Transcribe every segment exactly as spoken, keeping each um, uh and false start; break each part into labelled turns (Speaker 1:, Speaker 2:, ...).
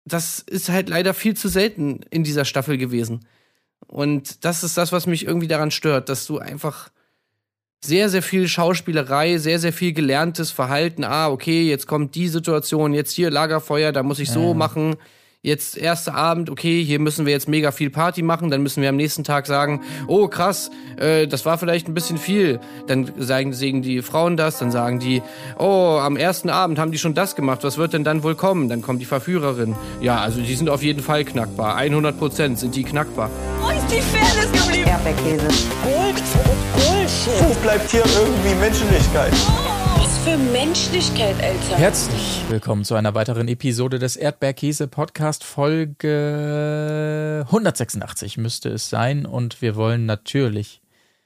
Speaker 1: das ist halt leider viel zu selten in dieser Staffel gewesen. Und das ist das, was mich irgendwie daran stört, dass du einfach sehr, sehr viel Schauspielerei, sehr, sehr viel gelerntes Verhalten. Ah, okay, jetzt kommt die Situation, jetzt hier Lagerfeuer, da muss ich so
Speaker 2: Mhm.
Speaker 1: machen. Jetzt erster Abend, okay, hier müssen wir jetzt mega viel Party machen. Dann müssen wir am nächsten Tag sagen, oh krass, äh, das war vielleicht ein bisschen viel. Dann sagen, sagen die Frauen das, dann sagen die, oh, am ersten Abend haben die schon das gemacht. Was wird denn dann wohl kommen? Dann kommt die Verführerin. Ja, also die sind auf jeden Fall knackbar. hundert Prozent sind die knackbar.
Speaker 3: Wo ist die Fairness geblieben?
Speaker 4: Erdbeerkäse.
Speaker 3: Gold, Bullshit.
Speaker 5: Wo bleibt hier irgendwie Menschlichkeit?
Speaker 3: Was für Menschlichkeit, Alter.
Speaker 2: Herzlich willkommen zu einer weiteren Episode des Erdbeerkäse-Podcast, Folge hundertsechsundachtzig müsste es sein. Und wir wollen natürlich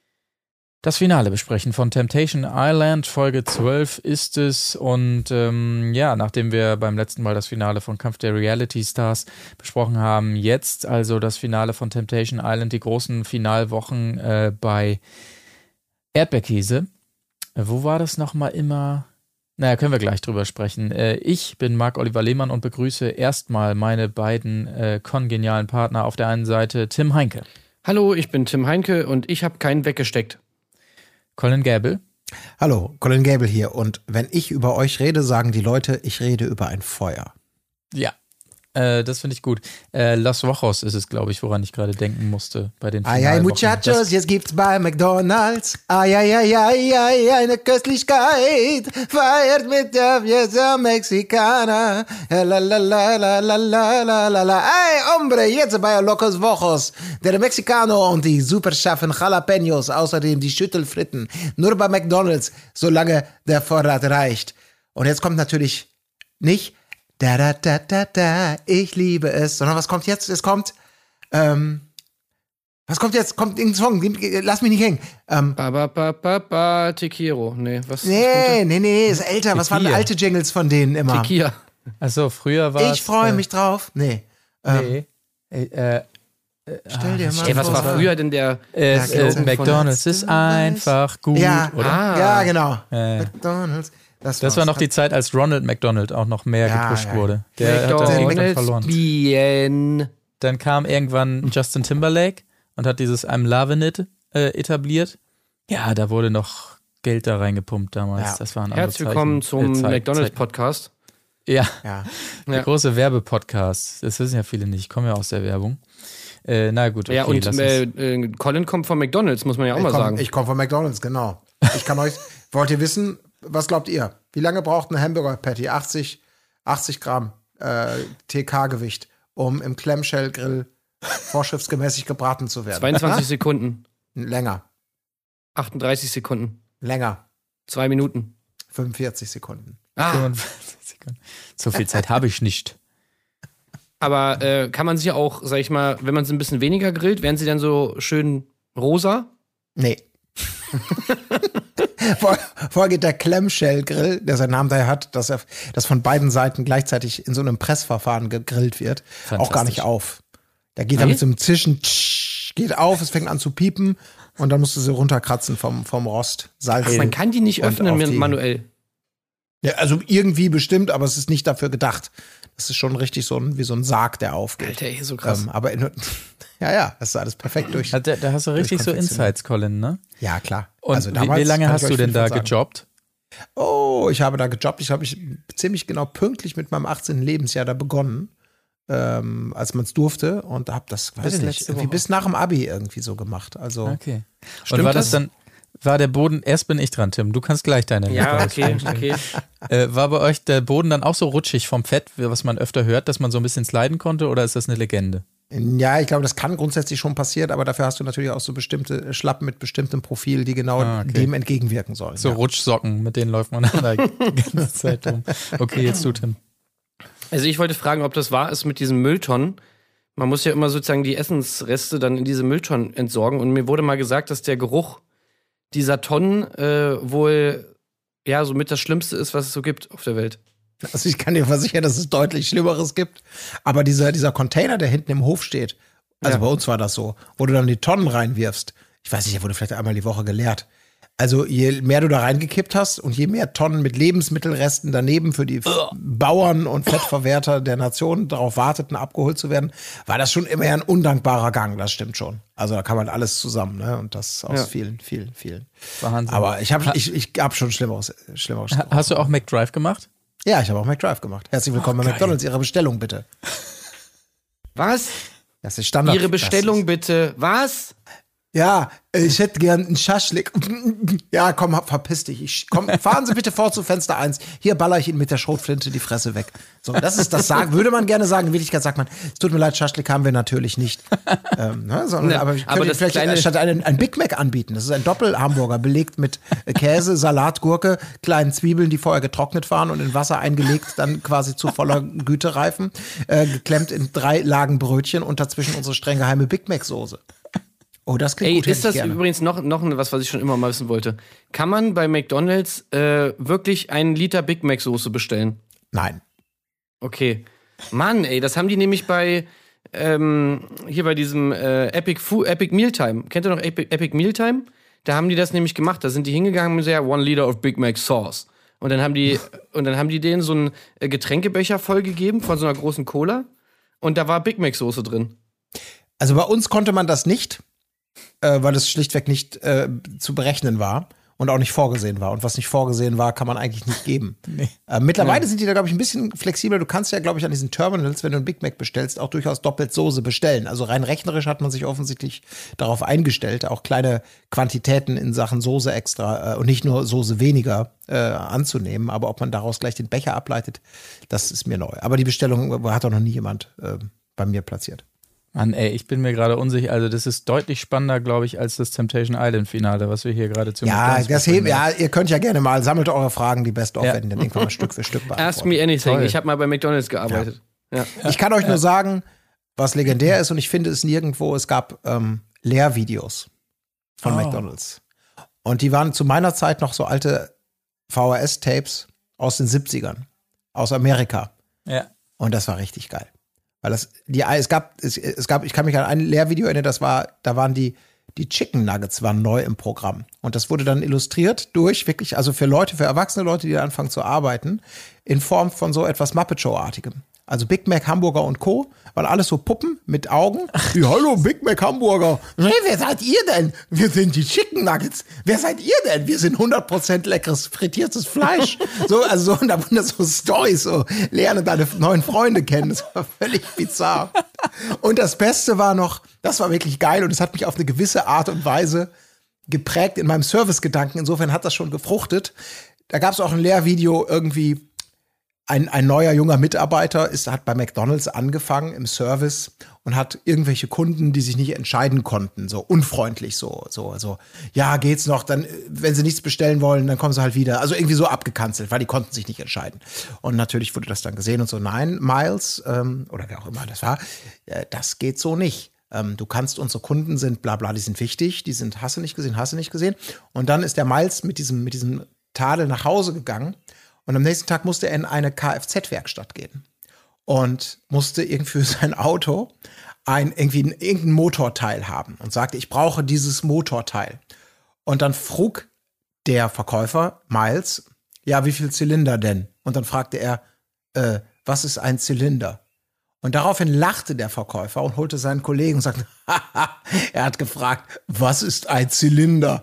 Speaker 2: das Finale besprechen von Temptation Island. Folge zwölf ist es. Und ähm, ja, nachdem wir beim letzten Mal das Finale von Kampf der Reality Stars besprochen haben, jetzt also das Finale von Temptation Island, die großen Finalwochen äh, bei Erdbeerkäse. Wo war das nochmal immer? Naja, können wir gleich drüber sprechen. Äh, ich bin Marc-Oliver Lehmann und begrüße erstmal meine beiden äh, kongenialen Partner. Auf der einen Seite Tim Heinke.
Speaker 1: Hallo, ich bin Tim Heinke und ich habe keinen weggesteckt.
Speaker 2: Colin Gäbel.
Speaker 6: Hallo, Colin Gäbel hier. Und wenn ich über euch rede, sagen die Leute, ich rede über ein Feuer.
Speaker 2: Ja, äh, das finde ich gut. Äh, Los Vojos ist es, glaube ich, woran ich gerade denken musste bei den
Speaker 6: Ay, ay,
Speaker 2: Finalwochen.
Speaker 6: Muchachos,
Speaker 2: Das-
Speaker 6: jetzt gibt's bei McDonald's. Ay, ay, ay, ay, ay, eine Köstlichkeit. Feiert mit der Fiesta Mexicana. La, la, la, la, la, la, la, la, la. Ay, hombre, jetzt bei Locos Vojos. Der Mexicano und die super scharfen Jalapenos. Außerdem die Schüttelfritten. Nur bei McDonald's, solange der Vorrat reicht. Und jetzt kommt natürlich nicht da, da, da, da, da, ich liebe es. Sondern was kommt jetzt? Es kommt, ähm, was kommt jetzt? Kommt irgendein Song, lass mich nicht hängen. Ähm,
Speaker 1: Ba, ba, ba, ba, ba, Tequiro. Nee, was?
Speaker 6: nee, nee, nee, ist älter. Was waren
Speaker 2: Tequila.
Speaker 6: alte Jingles von denen immer?
Speaker 1: Tequila.
Speaker 2: Achso, früher war
Speaker 6: Ich freue mich drauf. Nee. Ähm,
Speaker 2: Nee. Äh, äh,
Speaker 6: Stell dir mal
Speaker 1: Ey, was
Speaker 6: vor.
Speaker 1: war früher denn der
Speaker 2: äh,
Speaker 6: Ja,
Speaker 2: äh,
Speaker 6: Slogan
Speaker 2: McDonald's
Speaker 6: von-
Speaker 2: ist einfach gut,
Speaker 6: Ja,
Speaker 2: oder?
Speaker 1: Ah.
Speaker 6: ja, genau.
Speaker 2: Äh,
Speaker 6: McDonald's. Das,
Speaker 2: Das war noch die Zeit, als Ronald McDonald auch noch mehr
Speaker 6: Ja,
Speaker 2: gepusht
Speaker 6: ja.
Speaker 2: wurde. Der hat dann irgendwann
Speaker 1: McDonald's
Speaker 2: verloren.
Speaker 1: Bien.
Speaker 2: Dann kam irgendwann Justin Timberlake und hat dieses I'm Lovin' It äh, etabliert. Ja, da wurde noch Geld da reingepumpt damals.
Speaker 6: Ja.
Speaker 2: Das waren andere
Speaker 1: Herzlich willkommen
Speaker 2: Zeichen,
Speaker 1: zum
Speaker 2: äh, Zeit-
Speaker 1: McDonald's-Podcast.
Speaker 2: Zeit- Ja,
Speaker 6: Ja.
Speaker 2: der
Speaker 1: Ja.
Speaker 2: große Werbepodcast. Das wissen ja viele nicht. Ich komme ja aus der Werbung. Äh, na gut, okay.
Speaker 1: Ja, und
Speaker 2: lass
Speaker 1: äh,
Speaker 2: uns-
Speaker 1: äh, Colin kommt von McDonald's, muss man ja auch
Speaker 6: Ich
Speaker 1: mal
Speaker 6: komm-
Speaker 1: sagen.
Speaker 6: Ich komme von McDonald's, genau. Ich kann euch, wollt ihr wissen, was glaubt ihr? Wie lange braucht ein Hamburger-Patty? achtzig, achtzig Gramm äh, T K-Gewicht, um im Clamshell-Grill vorschriftsgemäß gebraten zu werden.
Speaker 1: zweiundzwanzig Sekunden,
Speaker 6: Länger,
Speaker 1: achtunddreißig Sekunden,
Speaker 6: länger,
Speaker 1: zwei Minuten.
Speaker 6: fünfundvierzig Sekunden.
Speaker 1: Ah,
Speaker 2: fünfundvierzig Sekunden. So viel Zeit habe ich nicht.
Speaker 1: aber äh, kann man sich auch, sag ich mal, wenn man sie ein bisschen weniger grillt, werden sie dann so schön rosa?
Speaker 6: Nee. vor, vorher geht der Clamshell-Grill, der seinen Namen daher hat, dass er dass von beiden Seiten gleichzeitig in so einem Pressverfahren gegrillt wird, auch gar nicht auf. Da geht er
Speaker 1: Nee?
Speaker 6: mit so einem Zischen, tsch, geht auf, es fängt an zu piepen und dann musst du sie runterkratzen vom, vom Rost, Salz.
Speaker 1: Ach, man kann die nicht
Speaker 6: Und
Speaker 1: öffnen
Speaker 6: auf die-
Speaker 1: manuell.
Speaker 6: Ja, also irgendwie bestimmt, aber es ist nicht dafür gedacht. Das ist schon richtig so ein, wie so ein Sarg, der aufgeht.
Speaker 1: Alter, ey, so krass.
Speaker 6: Ähm, aber in, ja, ja, das ist alles perfekt durch.
Speaker 2: Da, da hast du richtig so
Speaker 6: Durchkonfektioniert.
Speaker 2: Insights, Colin, ne?
Speaker 6: Ja, klar.
Speaker 2: Und
Speaker 6: Also
Speaker 2: wie,
Speaker 6: damals
Speaker 2: wie lange
Speaker 6: kann ich
Speaker 2: hast du
Speaker 6: euch
Speaker 2: denn
Speaker 6: viel
Speaker 2: da
Speaker 6: von sagen.
Speaker 2: gejobbt?
Speaker 6: Oh, ich habe da gejobbt. Ich habe ich ziemlich genau pünktlich mit meinem achtzehnten Lebensjahr da begonnen, ähm, als man es durfte. Und habe das, weiß
Speaker 2: Bis
Speaker 6: ich nicht,
Speaker 2: letzte
Speaker 6: irgendwie
Speaker 2: Woche.
Speaker 6: bis nach dem Abi irgendwie so gemacht. Also,
Speaker 2: Okay.
Speaker 1: Stimmt
Speaker 2: und war das,
Speaker 1: das?
Speaker 2: dann, war der Boden, erst bin ich dran, Tim, du kannst gleich deine
Speaker 1: Ja,
Speaker 2: Frage
Speaker 1: okay,
Speaker 2: stellen.
Speaker 1: okay.
Speaker 2: Äh, war bei euch der Boden dann auch so rutschig vom Fett, was man öfter hört, dass man so ein bisschen sliden konnte, oder ist das eine Legende?
Speaker 6: ja, ich glaube, das kann grundsätzlich schon passieren, aber dafür hast du natürlich auch so bestimmte Schlappen mit bestimmtem Profil, die genau
Speaker 2: Ah, okay.
Speaker 6: dem entgegenwirken sollen.
Speaker 2: So
Speaker 6: ja.
Speaker 2: Rutschsocken, mit denen läuft man da die ganze Zeit rum. Okay, jetzt du, Tim.
Speaker 1: Also ich wollte fragen, ob das wahr ist mit diesen Mülltonnen. Man muss ja immer sozusagen die Essensreste dann in diese Mülltonnen entsorgen. Und mir wurde mal gesagt, dass der Geruch dieser Tonnen äh, wohl ja somit das Schlimmste ist, was es so gibt auf der Welt.
Speaker 6: Also ich kann dir versichern, dass es deutlich Schlimmeres gibt. Aber dieser, dieser Container, der hinten im Hof steht, also
Speaker 1: Ja.
Speaker 6: bei uns war das so, wo du dann die Tonnen reinwirfst, ich weiß nicht, der wurde vielleicht einmal die Woche geleert. Also je mehr du da reingekippt hast und je mehr Tonnen mit Lebensmittelresten daneben für die F- Bauern und Fettverwerter der Nation darauf warteten, abgeholt zu werden, war das schon immer ein undankbarer Gang, das stimmt schon. Also da kann man alles zusammen, ne? Und das aus
Speaker 1: Ja.
Speaker 6: vielen, vielen, vielen.
Speaker 2: Wahnsinn.
Speaker 6: Aber ich habe ich, ich hab schon Schlimmeres. Schlimmeres
Speaker 2: Ha- Hast du auch McDrive gemacht?
Speaker 6: Ja, ich habe auch McDrive gemacht. Herzlich willkommen bei McDonald's. Ihre Bestellung bitte.
Speaker 1: Was?
Speaker 6: Das ist Standard.
Speaker 1: Ihre Bestellung
Speaker 6: Das ist,
Speaker 1: bitte. Was?
Speaker 6: ja, ich hätte gern einen Schaschlik. Ja, komm, hab- verpiss dich. Ich, komm, fahren Sie bitte vor zu Fenster eins. Hier baller ich Ihnen mit der Schrotflinte die Fresse weg. So, das ist das sagen, würde man gerne sagen. In Wirklichkeit sagt man, es tut mir leid, Schaschlik haben wir natürlich nicht. ähm, ne, sondern,
Speaker 1: Ne,
Speaker 6: aber ich
Speaker 1: aber
Speaker 6: könnte
Speaker 1: das
Speaker 6: vielleicht
Speaker 1: kleine-
Speaker 6: statt einen, ein Big Mac anbieten. Das ist ein Doppelhamburger, belegt mit Käse, Salat, Gurke, kleinen Zwiebeln, die vorher getrocknet waren und in Wasser eingelegt, dann quasi zu voller Güte reifen, äh, geklemmt in drei Lagen Brötchen und dazwischen unsere streng geheime Big Mac Soße. Oh, das klingt
Speaker 1: Ey,
Speaker 6: gut, hätte
Speaker 1: ist das
Speaker 6: ich gerne.
Speaker 1: übrigens noch, noch was, was ich schon immer mal wissen wollte. Kann man bei McDonald's äh, wirklich einen Liter Big Mac Soße bestellen?
Speaker 6: Nein.
Speaker 1: Okay. Mann, ey, das haben die nämlich bei ähm, hier bei diesem äh, Epic Fu Epic Mealtime. Kennt ihr noch Epic, Epic Mealtime? Da haben die das nämlich gemacht. Da sind die hingegangen und gesagt, one liter of Big Mac Sauce. Und dann haben die und dann haben die denen so einen äh, Getränkebecher vollgegeben von so einer großen Cola und da war Big Mac Soße drin.
Speaker 6: Also bei uns konnte man das nicht, äh, weil es schlichtweg nicht äh, zu berechnen war und auch nicht vorgesehen war. Und was nicht vorgesehen war, kann man eigentlich nicht geben.
Speaker 2: Nee.
Speaker 6: Äh, mittlerweile sind die da, glaube ich, ein bisschen flexibler. Du kannst ja, glaube ich, an diesen Terminals, wenn du einen Big Mac bestellst, auch durchaus doppelt Soße bestellen. Also rein rechnerisch hat man sich offensichtlich darauf eingestellt, auch kleine Quantitäten in Sachen Soße extra äh, und nicht nur Soße weniger äh, anzunehmen. Aber ob man daraus gleich den Becher ableitet, das ist mir neu. Aber die Bestellung hat auch noch nie jemand äh, bei mir platziert.
Speaker 2: Mann, ey, ich bin mir gerade unsicher. Also, das ist deutlich spannender, glaube ich, als das Temptation Island-Finale, was wir hier gerade zu
Speaker 6: Ja,
Speaker 2: McDonald's
Speaker 6: das
Speaker 2: besprechen.
Speaker 6: heben, ja, ihr könnt ja gerne mal, sammelt eure Fragen, die Best-of
Speaker 2: Ja.
Speaker 6: werden dann irgendwann mal Stück für Stück
Speaker 1: Ask
Speaker 6: beantworten.
Speaker 1: me anything.
Speaker 2: Toll.
Speaker 1: Ich habe mal bei McDonald's gearbeitet. Ja.
Speaker 6: Ich kann euch nur sagen, was legendär ist und ich finde es nirgendwo, es gab ähm, Lehrvideos von
Speaker 2: Oh.
Speaker 6: McDonald's. Und die waren zu meiner Zeit noch so alte V H S-Tapes aus den siebzigern, aus Amerika.
Speaker 2: Ja.
Speaker 6: Und das war richtig geil. Weil das, die, es gab, es, es gab, ich kann mich an ein Lehrvideo erinnern, das war, da waren die, die Chicken Nuggets waren neu im Programm. Und das wurde dann illustriert durch wirklich, also für Leute, für erwachsene Leute, die da anfangen zu arbeiten, in Form von so etwas Muppet Show-artigem. Also Big Mac, Hamburger und Co. waren alles so Puppen mit Augen. Ja, hallo, Big Mac, Hamburger. Hey, wer seid ihr denn? Wir sind die Chicken Nuggets. Wer seid ihr denn? Wir sind hundert Prozent leckeres, frittiertes Fleisch. So, also so, und da waren das so Storys, so, lerne deine neuen Freunde kennen. Das war völlig bizarr. Und das Beste war noch, das war wirklich geil und es hat mich auf eine gewisse Art und Weise geprägt in meinem Servicegedanken. Insofern hat das schon gefruchtet. Da gab es auch ein Lehrvideo irgendwie. Ein, ein neuer junger Mitarbeiter ist, hat bei McDonald's angefangen im Service und hat irgendwelche Kunden, die sich nicht entscheiden konnten, so unfreundlich, so, so, so, ja, geht's noch, dann, wenn sie nichts bestellen wollen, dann kommen sie halt wieder. Also irgendwie so abgekanzelt, weil die konnten sich nicht entscheiden. Und natürlich wurde das dann gesehen und so, nein, Miles, ähm, oder wer auch immer das war, äh, das geht so nicht. Ähm, du kannst, unsere Kunden sind bla bla, die sind wichtig, die sind, hast du nicht gesehen, hast du nicht gesehen. Und dann ist der Miles mit diesem, mit diesem Tadel nach Hause gegangen. Und am nächsten Tag musste er in eine Kfz-Werkstatt gehen und musste irgendwie für sein Auto ein, irgendwie ein, irgendein Motorteil haben und sagte, ich brauche dieses Motorteil. Und dann frug der Verkäufer, Miles, ja, wie viel Zylinder denn? Und dann fragte er, äh, was ist ein Zylinder? Und daraufhin lachte der Verkäufer und holte seinen Kollegen und sagte, er hat gefragt, was ist ein Zylinder?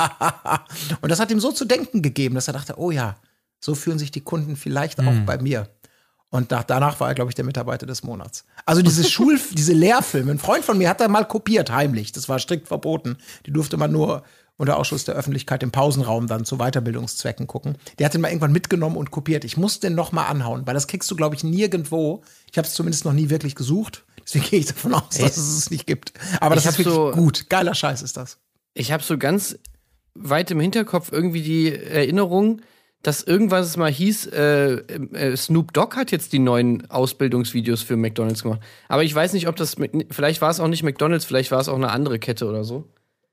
Speaker 6: Und das hat ihm so zu denken gegeben, dass er dachte, oh ja, so fühlen sich die Kunden vielleicht auch bei mir. Und nach, danach war er, glaube ich, der Mitarbeiter des Monats. Also diese Schul, diese Lehrfilme, ein Freund von mir hat da mal kopiert, heimlich. Das war strikt verboten. Die durfte man nur unter Ausschluss der Öffentlichkeit im Pausenraum dann zu Weiterbildungszwecken gucken. Der hat den mal irgendwann mitgenommen und kopiert. Ich muss den noch mal anhauen, weil das kriegst du, glaube ich, nirgendwo. Ich habe es zumindest noch nie wirklich gesucht. Deswegen gehe ich davon aus, dass es es nicht gibt. Aber das
Speaker 1: Ich
Speaker 6: ist
Speaker 1: hab
Speaker 6: wirklich
Speaker 1: so-
Speaker 6: gut. Geiler Scheiß ist das.
Speaker 1: Ich habe so ganz weit im Hinterkopf irgendwie die Erinnerung, dass irgendwas mal hieß, äh, äh, Snoop Dogg hat jetzt die neuen Ausbildungsvideos für McDonald's gemacht. Aber ich weiß nicht, ob das, vielleicht war es auch nicht McDonald's, vielleicht war es auch eine andere Kette oder so.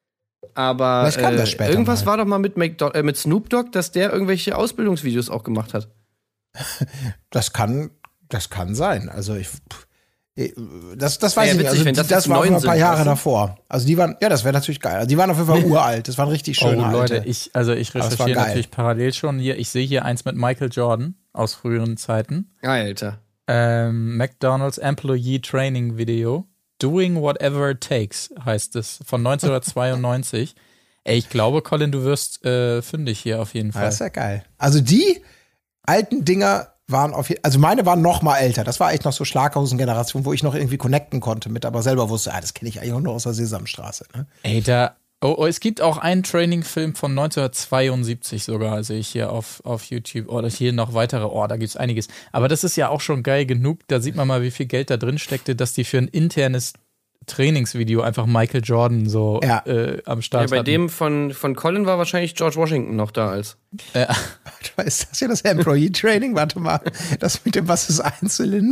Speaker 1: Aber
Speaker 6: Vielleicht kam das
Speaker 1: äh,
Speaker 6: später
Speaker 1: irgendwas
Speaker 6: mal.
Speaker 1: war doch mal mit, McDo- äh, mit Snoop Dogg, dass der irgendwelche Ausbildungsvideos auch gemacht hat.
Speaker 6: Das kann, das kann sein. Also ich, Das, das weiß
Speaker 1: Ja,
Speaker 6: ich
Speaker 1: witzig,
Speaker 6: nicht.
Speaker 1: wenn
Speaker 6: Also,
Speaker 1: das
Speaker 6: das
Speaker 1: jetzt
Speaker 6: war
Speaker 1: neun
Speaker 6: noch ein paar
Speaker 1: sind,
Speaker 6: Jahre
Speaker 1: weißt du?
Speaker 6: davor. Also die waren, ja, das wäre natürlich geil. Also die waren auf jeden Fall uralt. Das waren richtig schöne
Speaker 2: Oh Leute,
Speaker 6: alte.
Speaker 2: ich, also ich
Speaker 6: Aber es war
Speaker 2: recherchiere
Speaker 6: geil.
Speaker 2: natürlich parallel schon hier. Ich sehe hier eins mit Michael Jordan aus früheren Zeiten.
Speaker 1: Alter.
Speaker 2: Ähm, McDonald's Employee Training Video. Doing Whatever It Takes heißt es, von neunzehnhundertzweiundneunzig. Ey, ich glaube, Colin, du wirst äh, fündig hier auf jeden
Speaker 6: Ja,
Speaker 2: Fall.
Speaker 6: das ist ja geil. Also die alten Dinger waren auf jeden also meine waren noch mal älter. Das war echt noch so Schlaghausen-Generation, wo ich noch irgendwie connecten konnte mit, aber selber wusste, ah, das kenne ich eigentlich auch nur aus der Sesamstraße. Ne?
Speaker 2: Ey, da. Oh, oh, es gibt auch einen Training-Film von neunzehnhundertzweiundsiebzig sogar, sehe ich hier auf, auf YouTube. Oder hier noch weitere. Oh, da gibt's einiges. Aber das ist ja auch schon geil genug. Da sieht man mal, wie viel Geld da drin steckte, dass die für ein internes Trainingsvideo einfach Michael Jordan so
Speaker 6: Ja.
Speaker 2: äh, am Start
Speaker 1: Ja, bei
Speaker 2: hatten.
Speaker 1: dem von, von Colin war wahrscheinlich George Washington noch da als.
Speaker 2: Äh,
Speaker 6: Ist das ja das Employee Training? Warte mal, das mit dem, was ist ein Zylinder?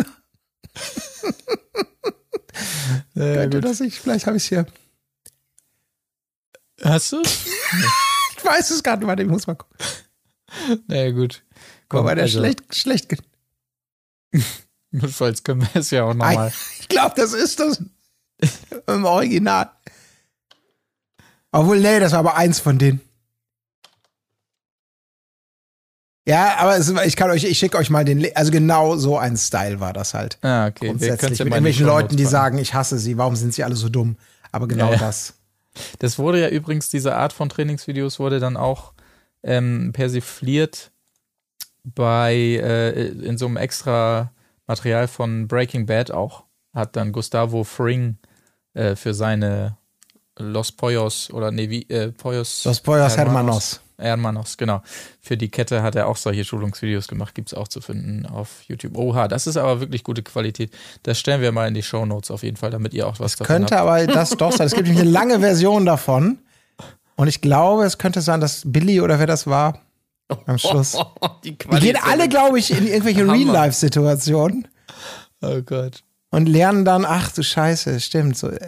Speaker 2: äh,
Speaker 6: Könnte
Speaker 2: gut.
Speaker 6: das ich? Vielleicht habe ich es hier.
Speaker 2: Hast du?
Speaker 6: Ich weiß es gerade, warte, ich muss mal gucken.
Speaker 2: Na gut.
Speaker 6: Komm, war der
Speaker 2: also,
Speaker 6: schlecht, schlecht. ge-
Speaker 2: Notfalls können wir es ja auch nochmal.
Speaker 6: Ich glaube, das ist das im Original. Obwohl, nee, das war aber eins von denen. Ja, aber es, ich kann euch, ich schicke euch mal den, Le- also genau so ein Style war das halt.
Speaker 2: Ah, okay. Wir
Speaker 6: Grundsätzlich
Speaker 2: können's ja
Speaker 6: mit
Speaker 2: mal in die
Speaker 6: irgendwelchen
Speaker 2: Shownotes
Speaker 6: Leuten, die
Speaker 2: packen.
Speaker 6: sagen, ich hasse sie, warum sind sie alle so dumm? Aber genau
Speaker 2: Ja, ja.
Speaker 6: das.
Speaker 2: Das wurde ja übrigens, diese Art von Trainingsvideos wurde dann auch ähm, persifliert bei, äh, in so einem extra Material von Breaking Bad auch. Hat dann Gustavo Fring äh, für seine Los Pollos oder nee, wie, äh, Pollos.
Speaker 6: Los Pollos Hermanos.
Speaker 2: Hermanos, genau. Für die Kette hat er auch solche Schulungsvideos gemacht, gibt's auch zu finden auf YouTube. Oha, das ist aber wirklich gute Qualität. Das stellen wir mal in die Shownotes auf jeden Fall, damit ihr auch was davon
Speaker 6: Könnte
Speaker 2: habt.
Speaker 6: aber das doch sein. Es gibt nämlich eine lange Version davon. Und ich glaube, es könnte sein, dass Billy oder wer das war, am Schluss.
Speaker 1: Die
Speaker 6: Die
Speaker 1: Quali
Speaker 6: gehen
Speaker 1: ist
Speaker 6: alle,
Speaker 1: ja-
Speaker 6: glaube ich, in irgendwelche
Speaker 1: Hammer.
Speaker 6: Real-Life-Situationen
Speaker 2: Oh Gott.
Speaker 6: und lernen dann, ach du Scheiße, stimmt. So, äh,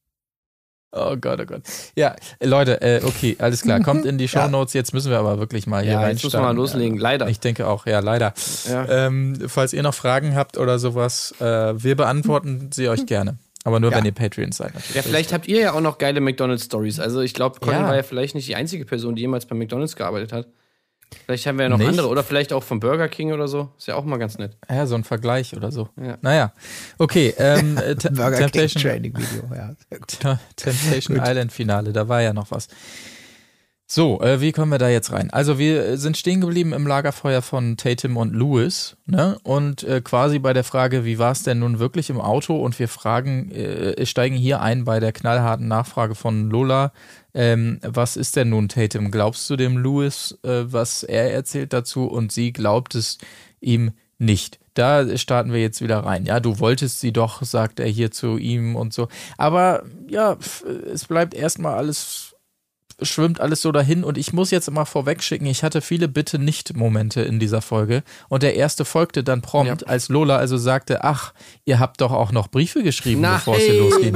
Speaker 2: Oh Gott, oh Gott. Ja, äh, Leute, äh, okay, alles klar. Kommt in die
Speaker 6: Ja.
Speaker 2: Shownotes. Jetzt müssen wir aber wirklich mal hier
Speaker 1: Ja, jetzt
Speaker 2: reinstarten.
Speaker 1: müssen wir mal loslegen, leider.
Speaker 2: Ich denke auch, ja, leider.
Speaker 1: Ja.
Speaker 2: Ähm, falls ihr noch Fragen habt oder sowas, äh, wir beantworten sie euch gerne. Aber nur,
Speaker 6: Ja.
Speaker 2: wenn ihr Patreons seid. Natürlich.
Speaker 1: Ja, vielleicht habt ihr ja auch noch geile McDonald's-Stories. Also ich glaube, Colin
Speaker 2: Ja.
Speaker 1: war ja vielleicht nicht die einzige Person, die jemals bei McDonald's gearbeitet hat. Vielleicht haben wir ja noch
Speaker 2: Nicht?
Speaker 1: andere. Oder vielleicht auch vom Burger King oder so. Ist ja auch mal ganz nett.
Speaker 2: Ja, so ein Vergleich oder so.
Speaker 1: Ja.
Speaker 2: Naja, okay. Ähm, äh, Te-
Speaker 6: Burger King
Speaker 2: Temptation,
Speaker 6: Training Video, ja. Sehr gut.
Speaker 2: Te- Temptation Island Finale, da war ja noch was. So, äh, wie kommen wir da jetzt rein? Also wir sind stehen geblieben im Lagerfeuer von Tatum und Lewis, ne? Und äh, quasi bei der Frage, wie war es denn nun wirklich im Auto? Und wir fragen, äh, steigen hier ein bei der knallharten Nachfrage von Lola. Ähm, was ist denn nun Tatum? Glaubst du dem Lewis, äh, was er erzählt dazu? Und sie glaubt es ihm nicht. Da starten wir jetzt wieder rein. Ja, du wolltest sie doch, sagt er hier zu ihm und so. Aber ja, f- es bleibt erstmal alles, schwimmt alles so dahin. Und ich muss jetzt mal vorweg schicken, ich hatte viele Bitte-nicht-Momente in dieser Folge. Und der erste folgte dann prompt,
Speaker 1: Ja.
Speaker 2: als Lola also sagte, ach, ihr habt doch auch noch Briefe geschrieben,
Speaker 1: Nein.
Speaker 2: bevor es hier losging.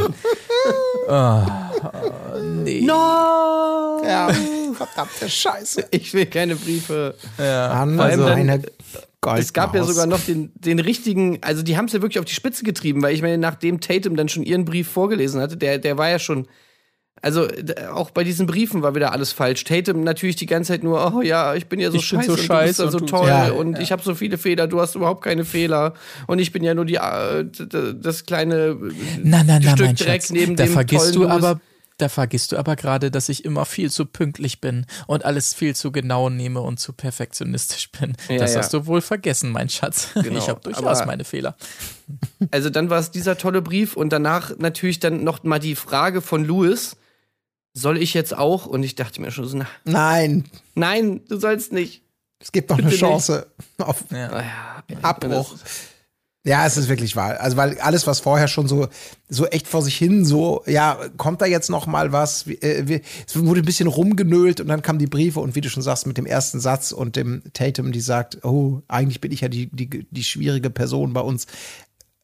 Speaker 2: Ah, nee.
Speaker 1: No!
Speaker 6: Ja, verdammte Scheiße.
Speaker 1: Ich will keine Briefe.
Speaker 2: Ja.
Speaker 6: Mann,
Speaker 1: allem
Speaker 6: also
Speaker 1: dann-
Speaker 6: eine
Speaker 1: Es gab ja
Speaker 6: Goldmaus.
Speaker 1: sogar noch den, den richtigen, also die haben es ja wirklich auf die Spitze getrieben, weil ich meine, nachdem Tatum dann schon ihren Brief vorgelesen hatte, der, der war ja schon, also d- auch bei diesen Briefen war wieder alles falsch. Tatum natürlich die ganze Zeit nur, oh ja, ich bin ja so
Speaker 2: Ich bin
Speaker 1: scheiße
Speaker 2: so
Speaker 1: und du bist
Speaker 2: scheiße
Speaker 1: ja so
Speaker 2: und du-
Speaker 1: toll
Speaker 6: Ja.
Speaker 1: und ich habe so viele Fehler, du hast überhaupt keine Fehler und ich bin ja nur die, äh, d- d- das kleine
Speaker 2: Na, na, na,
Speaker 1: Stück
Speaker 2: mein
Speaker 1: Dreck
Speaker 2: Schatz,
Speaker 1: neben
Speaker 2: da
Speaker 1: dem
Speaker 2: vergisst du
Speaker 1: tollen Louis.
Speaker 2: aber, da vergisst du aber gerade, dass ich immer viel zu pünktlich bin und alles viel zu genau nehme und zu perfektionistisch bin.
Speaker 1: Ja,
Speaker 2: das
Speaker 1: ja.
Speaker 2: hast du wohl vergessen, mein Schatz.
Speaker 1: Genau,
Speaker 2: Ich habe durchaus
Speaker 1: aber-
Speaker 2: meine Fehler.
Speaker 1: Also dann war es dieser tolle Brief und danach natürlich dann noch mal die Frage von Louis, soll ich jetzt auch? Und ich dachte mir schon so, na,
Speaker 6: Nein,
Speaker 1: nein, du sollst nicht.
Speaker 6: es gibt noch eine
Speaker 1: Bitte
Speaker 6: Chance auf
Speaker 2: Ja.
Speaker 1: Ah ja,
Speaker 6: Abbruch. Ja, es ist wirklich wahr. Also, weil alles, was vorher schon so, so echt vor sich hin, so, ja, kommt da jetzt noch mal was? Wie, äh, wie, es wurde ein bisschen rumgenölt und dann kamen die Briefe und wie du schon sagst, mit dem ersten Satz und dem Tatum, die sagt, oh, eigentlich bin ich ja die, die, die schwierige Person bei uns.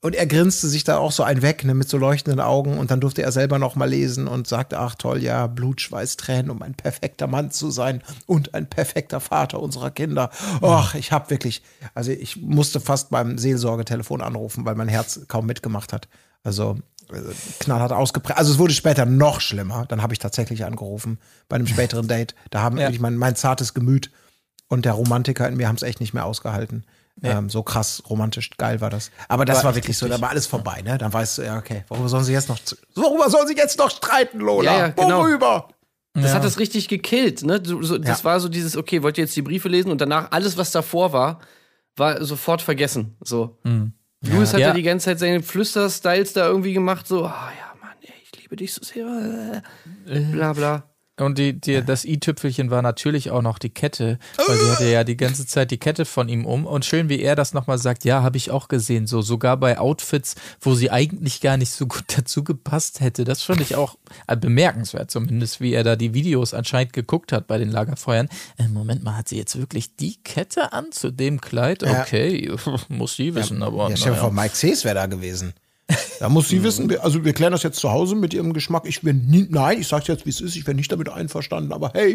Speaker 6: Und er grinste sich da auch so ein weg, ne, mit so leuchtenden Augen. Und dann durfte er selber noch mal lesen und sagte, ach toll, ja, Blut, Schweiß, Tränen, um ein perfekter Mann zu sein und ein perfekter Vater unserer Kinder. Och, ich hab wirklich, also ich musste fast beim Seelsorgetelefon anrufen, weil mein Herz kaum mitgemacht hat. Also knallhart ausgeprägt. Also es wurde später noch schlimmer. Dann habe ich tatsächlich angerufen bei einem späteren Date. Da haben
Speaker 2: Ja.
Speaker 6: wirklich mein, mein zartes Gemüt und der Romantiker in mir haben es echt nicht mehr ausgehalten.
Speaker 2: Ja.
Speaker 6: Ähm, so krass romantisch geil war das. Aber das
Speaker 2: War
Speaker 6: war
Speaker 2: echt
Speaker 6: wirklich so,
Speaker 2: richtig.
Speaker 6: da war alles vorbei, ne? Dann weißt du, ja, okay, worüber sollen sie jetzt noch, worüber sollen sie jetzt noch streiten, Lola?
Speaker 1: Ja, ja, genau.
Speaker 6: Worüber?
Speaker 1: Das
Speaker 2: Ja.
Speaker 1: hat das richtig gekillt, ne? So, so, das
Speaker 6: Ja.
Speaker 1: war so dieses, okay, wollt ihr jetzt die Briefe lesen? Und danach alles, was davor war, war sofort vergessen. So.
Speaker 2: Mhm.
Speaker 1: Louis hat
Speaker 2: Ja.
Speaker 1: ja die ganze Zeit seine Flüster-Styles da irgendwie gemacht, so, ah ja, Mann, ey, ich liebe dich so sehr. Bla bla.
Speaker 2: Und die, die, das i-Tüpfelchen war natürlich auch noch die Kette, weil sie hatte ja die ganze Zeit die Kette von ihm um. Und schön, wie er das nochmal sagt, ja, habe ich auch gesehen, so sogar bei Outfits, wo sie eigentlich gar nicht so gut dazu gepasst hätte. Das fand ich auch äh, bemerkenswert, zumindest, wie er da die Videos anscheinend geguckt hat bei den Lagerfeuern. Äh, Moment mal, hat sie jetzt wirklich die Kette an zu dem Kleid?
Speaker 6: Ja.
Speaker 2: Okay, muss sie wissen, aber
Speaker 6: Ja, stell dir
Speaker 2: naja.
Speaker 6: vor, Mike Sees wäre da gewesen. Da muss sie wissen, wir- also wir klären das jetzt zu Hause mit ihrem Geschmack. Ich bin nie, nein, ich sag's jetzt, wie es ist, ich bin nicht damit einverstanden, aber hey,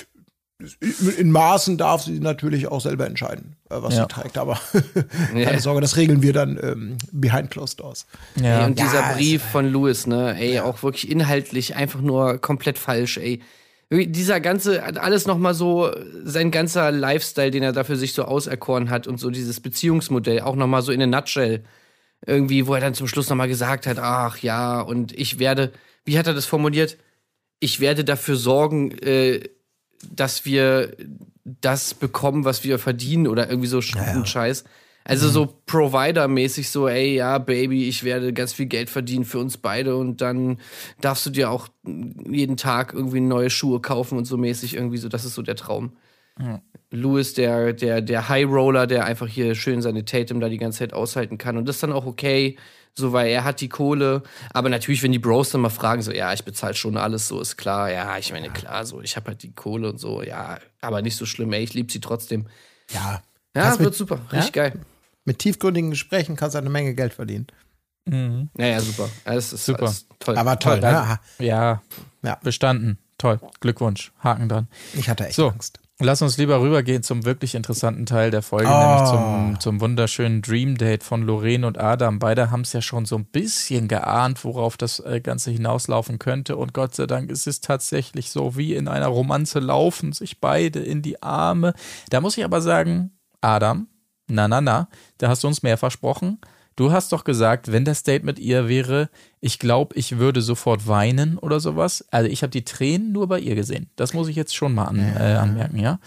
Speaker 6: in Maßen darf sie natürlich auch selber entscheiden, äh, was
Speaker 2: Ja.
Speaker 6: sie trägt. Aber
Speaker 1: Ja.
Speaker 6: keine Sorge, das regeln wir dann ähm, behind closed doors.
Speaker 2: Ja.
Speaker 1: Ey, und dieser
Speaker 6: Ja,
Speaker 1: Brief von Louis, ne, ey, auch wirklich inhaltlich einfach nur komplett falsch, ey. Irgendwie dieser ganze, alles nochmal so, sein ganzer Lifestyle, den er da für sich so auserkoren hat und so dieses Beziehungsmodell, auch nochmal so in a nutshell. Irgendwie, wo er dann zum Schluss nochmal gesagt hat, ach ja, und ich werde, wie hat er das formuliert? Ich werde dafür sorgen, äh, dass wir das bekommen, was wir verdienen oder irgendwie so
Speaker 6: Ja, ja.
Speaker 1: ein Scheiß. Also so Provider-mäßig so, ey, ja, Baby, ich werde ganz viel Geld verdienen für uns beide und dann darfst du dir auch jeden Tag irgendwie neue Schuhe kaufen und so mäßig irgendwie so, das ist so der Traum.
Speaker 2: Ja.
Speaker 1: Louis, der, der, der High Roller, der einfach hier schön seine Tatum da die ganze Zeit aushalten kann. Und das ist dann auch okay, so, weil er hat die Kohle. Aber natürlich, wenn die Bros dann mal fragen, so, ja, ich bezahle schon alles, so ist klar. Ja, ich meine, klar, so, ich habe halt die Kohle und so, ja, aber nicht so schlimm, ey, ich liebe sie trotzdem.
Speaker 6: Ja,
Speaker 1: Ja,
Speaker 6: Kannst
Speaker 1: wird
Speaker 6: mit-
Speaker 1: super, richtig
Speaker 6: ja?
Speaker 1: geil.
Speaker 6: mit tiefgründigen Gesprächen kannst du eine Menge Geld verdienen.
Speaker 2: Mhm.
Speaker 1: Ja, ja, super. Das ist
Speaker 2: Super.
Speaker 1: alles toll.
Speaker 6: Aber toll, ne?
Speaker 2: Ja,
Speaker 6: Ja.
Speaker 2: bestanden. Toll. Glückwunsch. Haken dran.
Speaker 6: Ich hatte echt
Speaker 2: So.
Speaker 6: Angst.
Speaker 2: Lass uns lieber rübergehen zum wirklich interessanten Teil der Folge,
Speaker 6: Oh.
Speaker 2: nämlich zum, zum wunderschönen Dream Date von Lorraine und Adam. Beide haben es ja schon so ein bisschen geahnt, worauf das äh, Ganze hinauslaufen könnte. Und Gott sei Dank ist es tatsächlich so, wie in einer Romanze laufen sich beide in die Arme. Da muss ich aber sagen, Adam, na, na, na, da hast du uns mehr versprochen. Du hast doch gesagt, wenn das Date mit ihr wäre, ich glaube, ich würde sofort weinen oder sowas. Also ich habe die Tränen nur bei ihr gesehen. Das muss ich jetzt schon mal an, äh, anmerken, ja?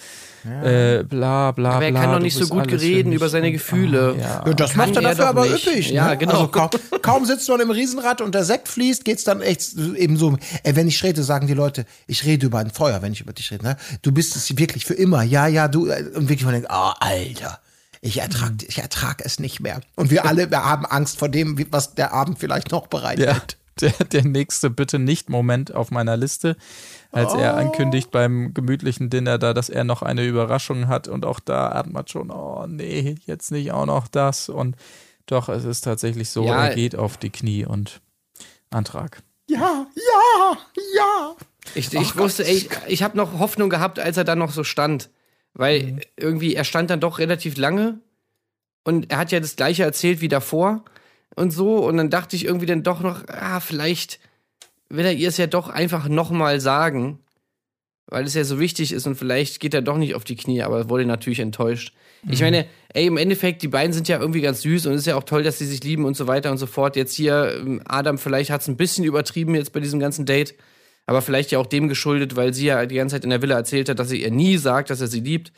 Speaker 2: Äh, bla, bla,
Speaker 1: Aber er
Speaker 2: bla.
Speaker 1: kann doch
Speaker 2: du
Speaker 1: nicht so
Speaker 2: bist
Speaker 1: gut
Speaker 2: alles für
Speaker 1: reden
Speaker 2: mich
Speaker 1: über seine
Speaker 2: und-
Speaker 1: Gefühle.
Speaker 2: Ah, ja.
Speaker 6: Ja, das
Speaker 1: Kann
Speaker 6: macht er
Speaker 1: er
Speaker 6: dafür
Speaker 1: doch
Speaker 6: aber
Speaker 1: nicht.
Speaker 6: üppig. Ne?
Speaker 1: Ja, genau.
Speaker 6: Also kaum, kaum sitzt man im Riesenrad und der Sekt fließt, geht's dann echt eben so. Ey, wenn ich rede, sagen die Leute, ich rede über ein Feuer, wenn ich über dich rede. Ne? Du bist es wirklich für immer. Ja, ja, du. Und wirklich man denkt, oh, Alter. Ich ertrag, ich ertrag es nicht mehr. Und wir alle, wir haben Angst vor dem, wie- was der Abend vielleicht noch
Speaker 2: Ja,
Speaker 6: bereithält.
Speaker 2: der, der nächste bitte nicht Moment auf meiner Liste, als er ankündigt beim gemütlichen Dinner da, dass er noch eine Überraschung hat und auch da atmet man schon, oh nee, jetzt nicht auch noch das und doch, es ist tatsächlich so,
Speaker 1: Ja.
Speaker 2: er geht auf die Knie und Antrag.
Speaker 6: Ja, ja, ja.
Speaker 1: Ich, ich wusste, ey, ich, ich habe noch Hoffnung gehabt, als er dann noch so stand. Weil
Speaker 2: Mhm.
Speaker 1: irgendwie, er stand dann doch relativ lange und er hat ja das Gleiche erzählt wie davor und so. Und dann dachte ich irgendwie dann doch noch, ah, vielleicht will er ihr es ja doch einfach nochmal sagen, weil es ja so wichtig ist und vielleicht geht er doch nicht auf die Knie, aber wurde natürlich enttäuscht. Ich meine, ey, im Endeffekt, die beiden sind ja irgendwie ganz süß und es ist ja auch toll, dass sie sich lieben und so weiter und so fort. Jetzt hier, ähm, Adam, vielleicht hat es ein bisschen übertrieben jetzt bei diesem ganzen Date. Aber vielleicht ja auch dem geschuldet, weil sie ja die ganze Zeit in der Villa erzählt hat, dass sie ihr nie sagt, dass er sie liebt.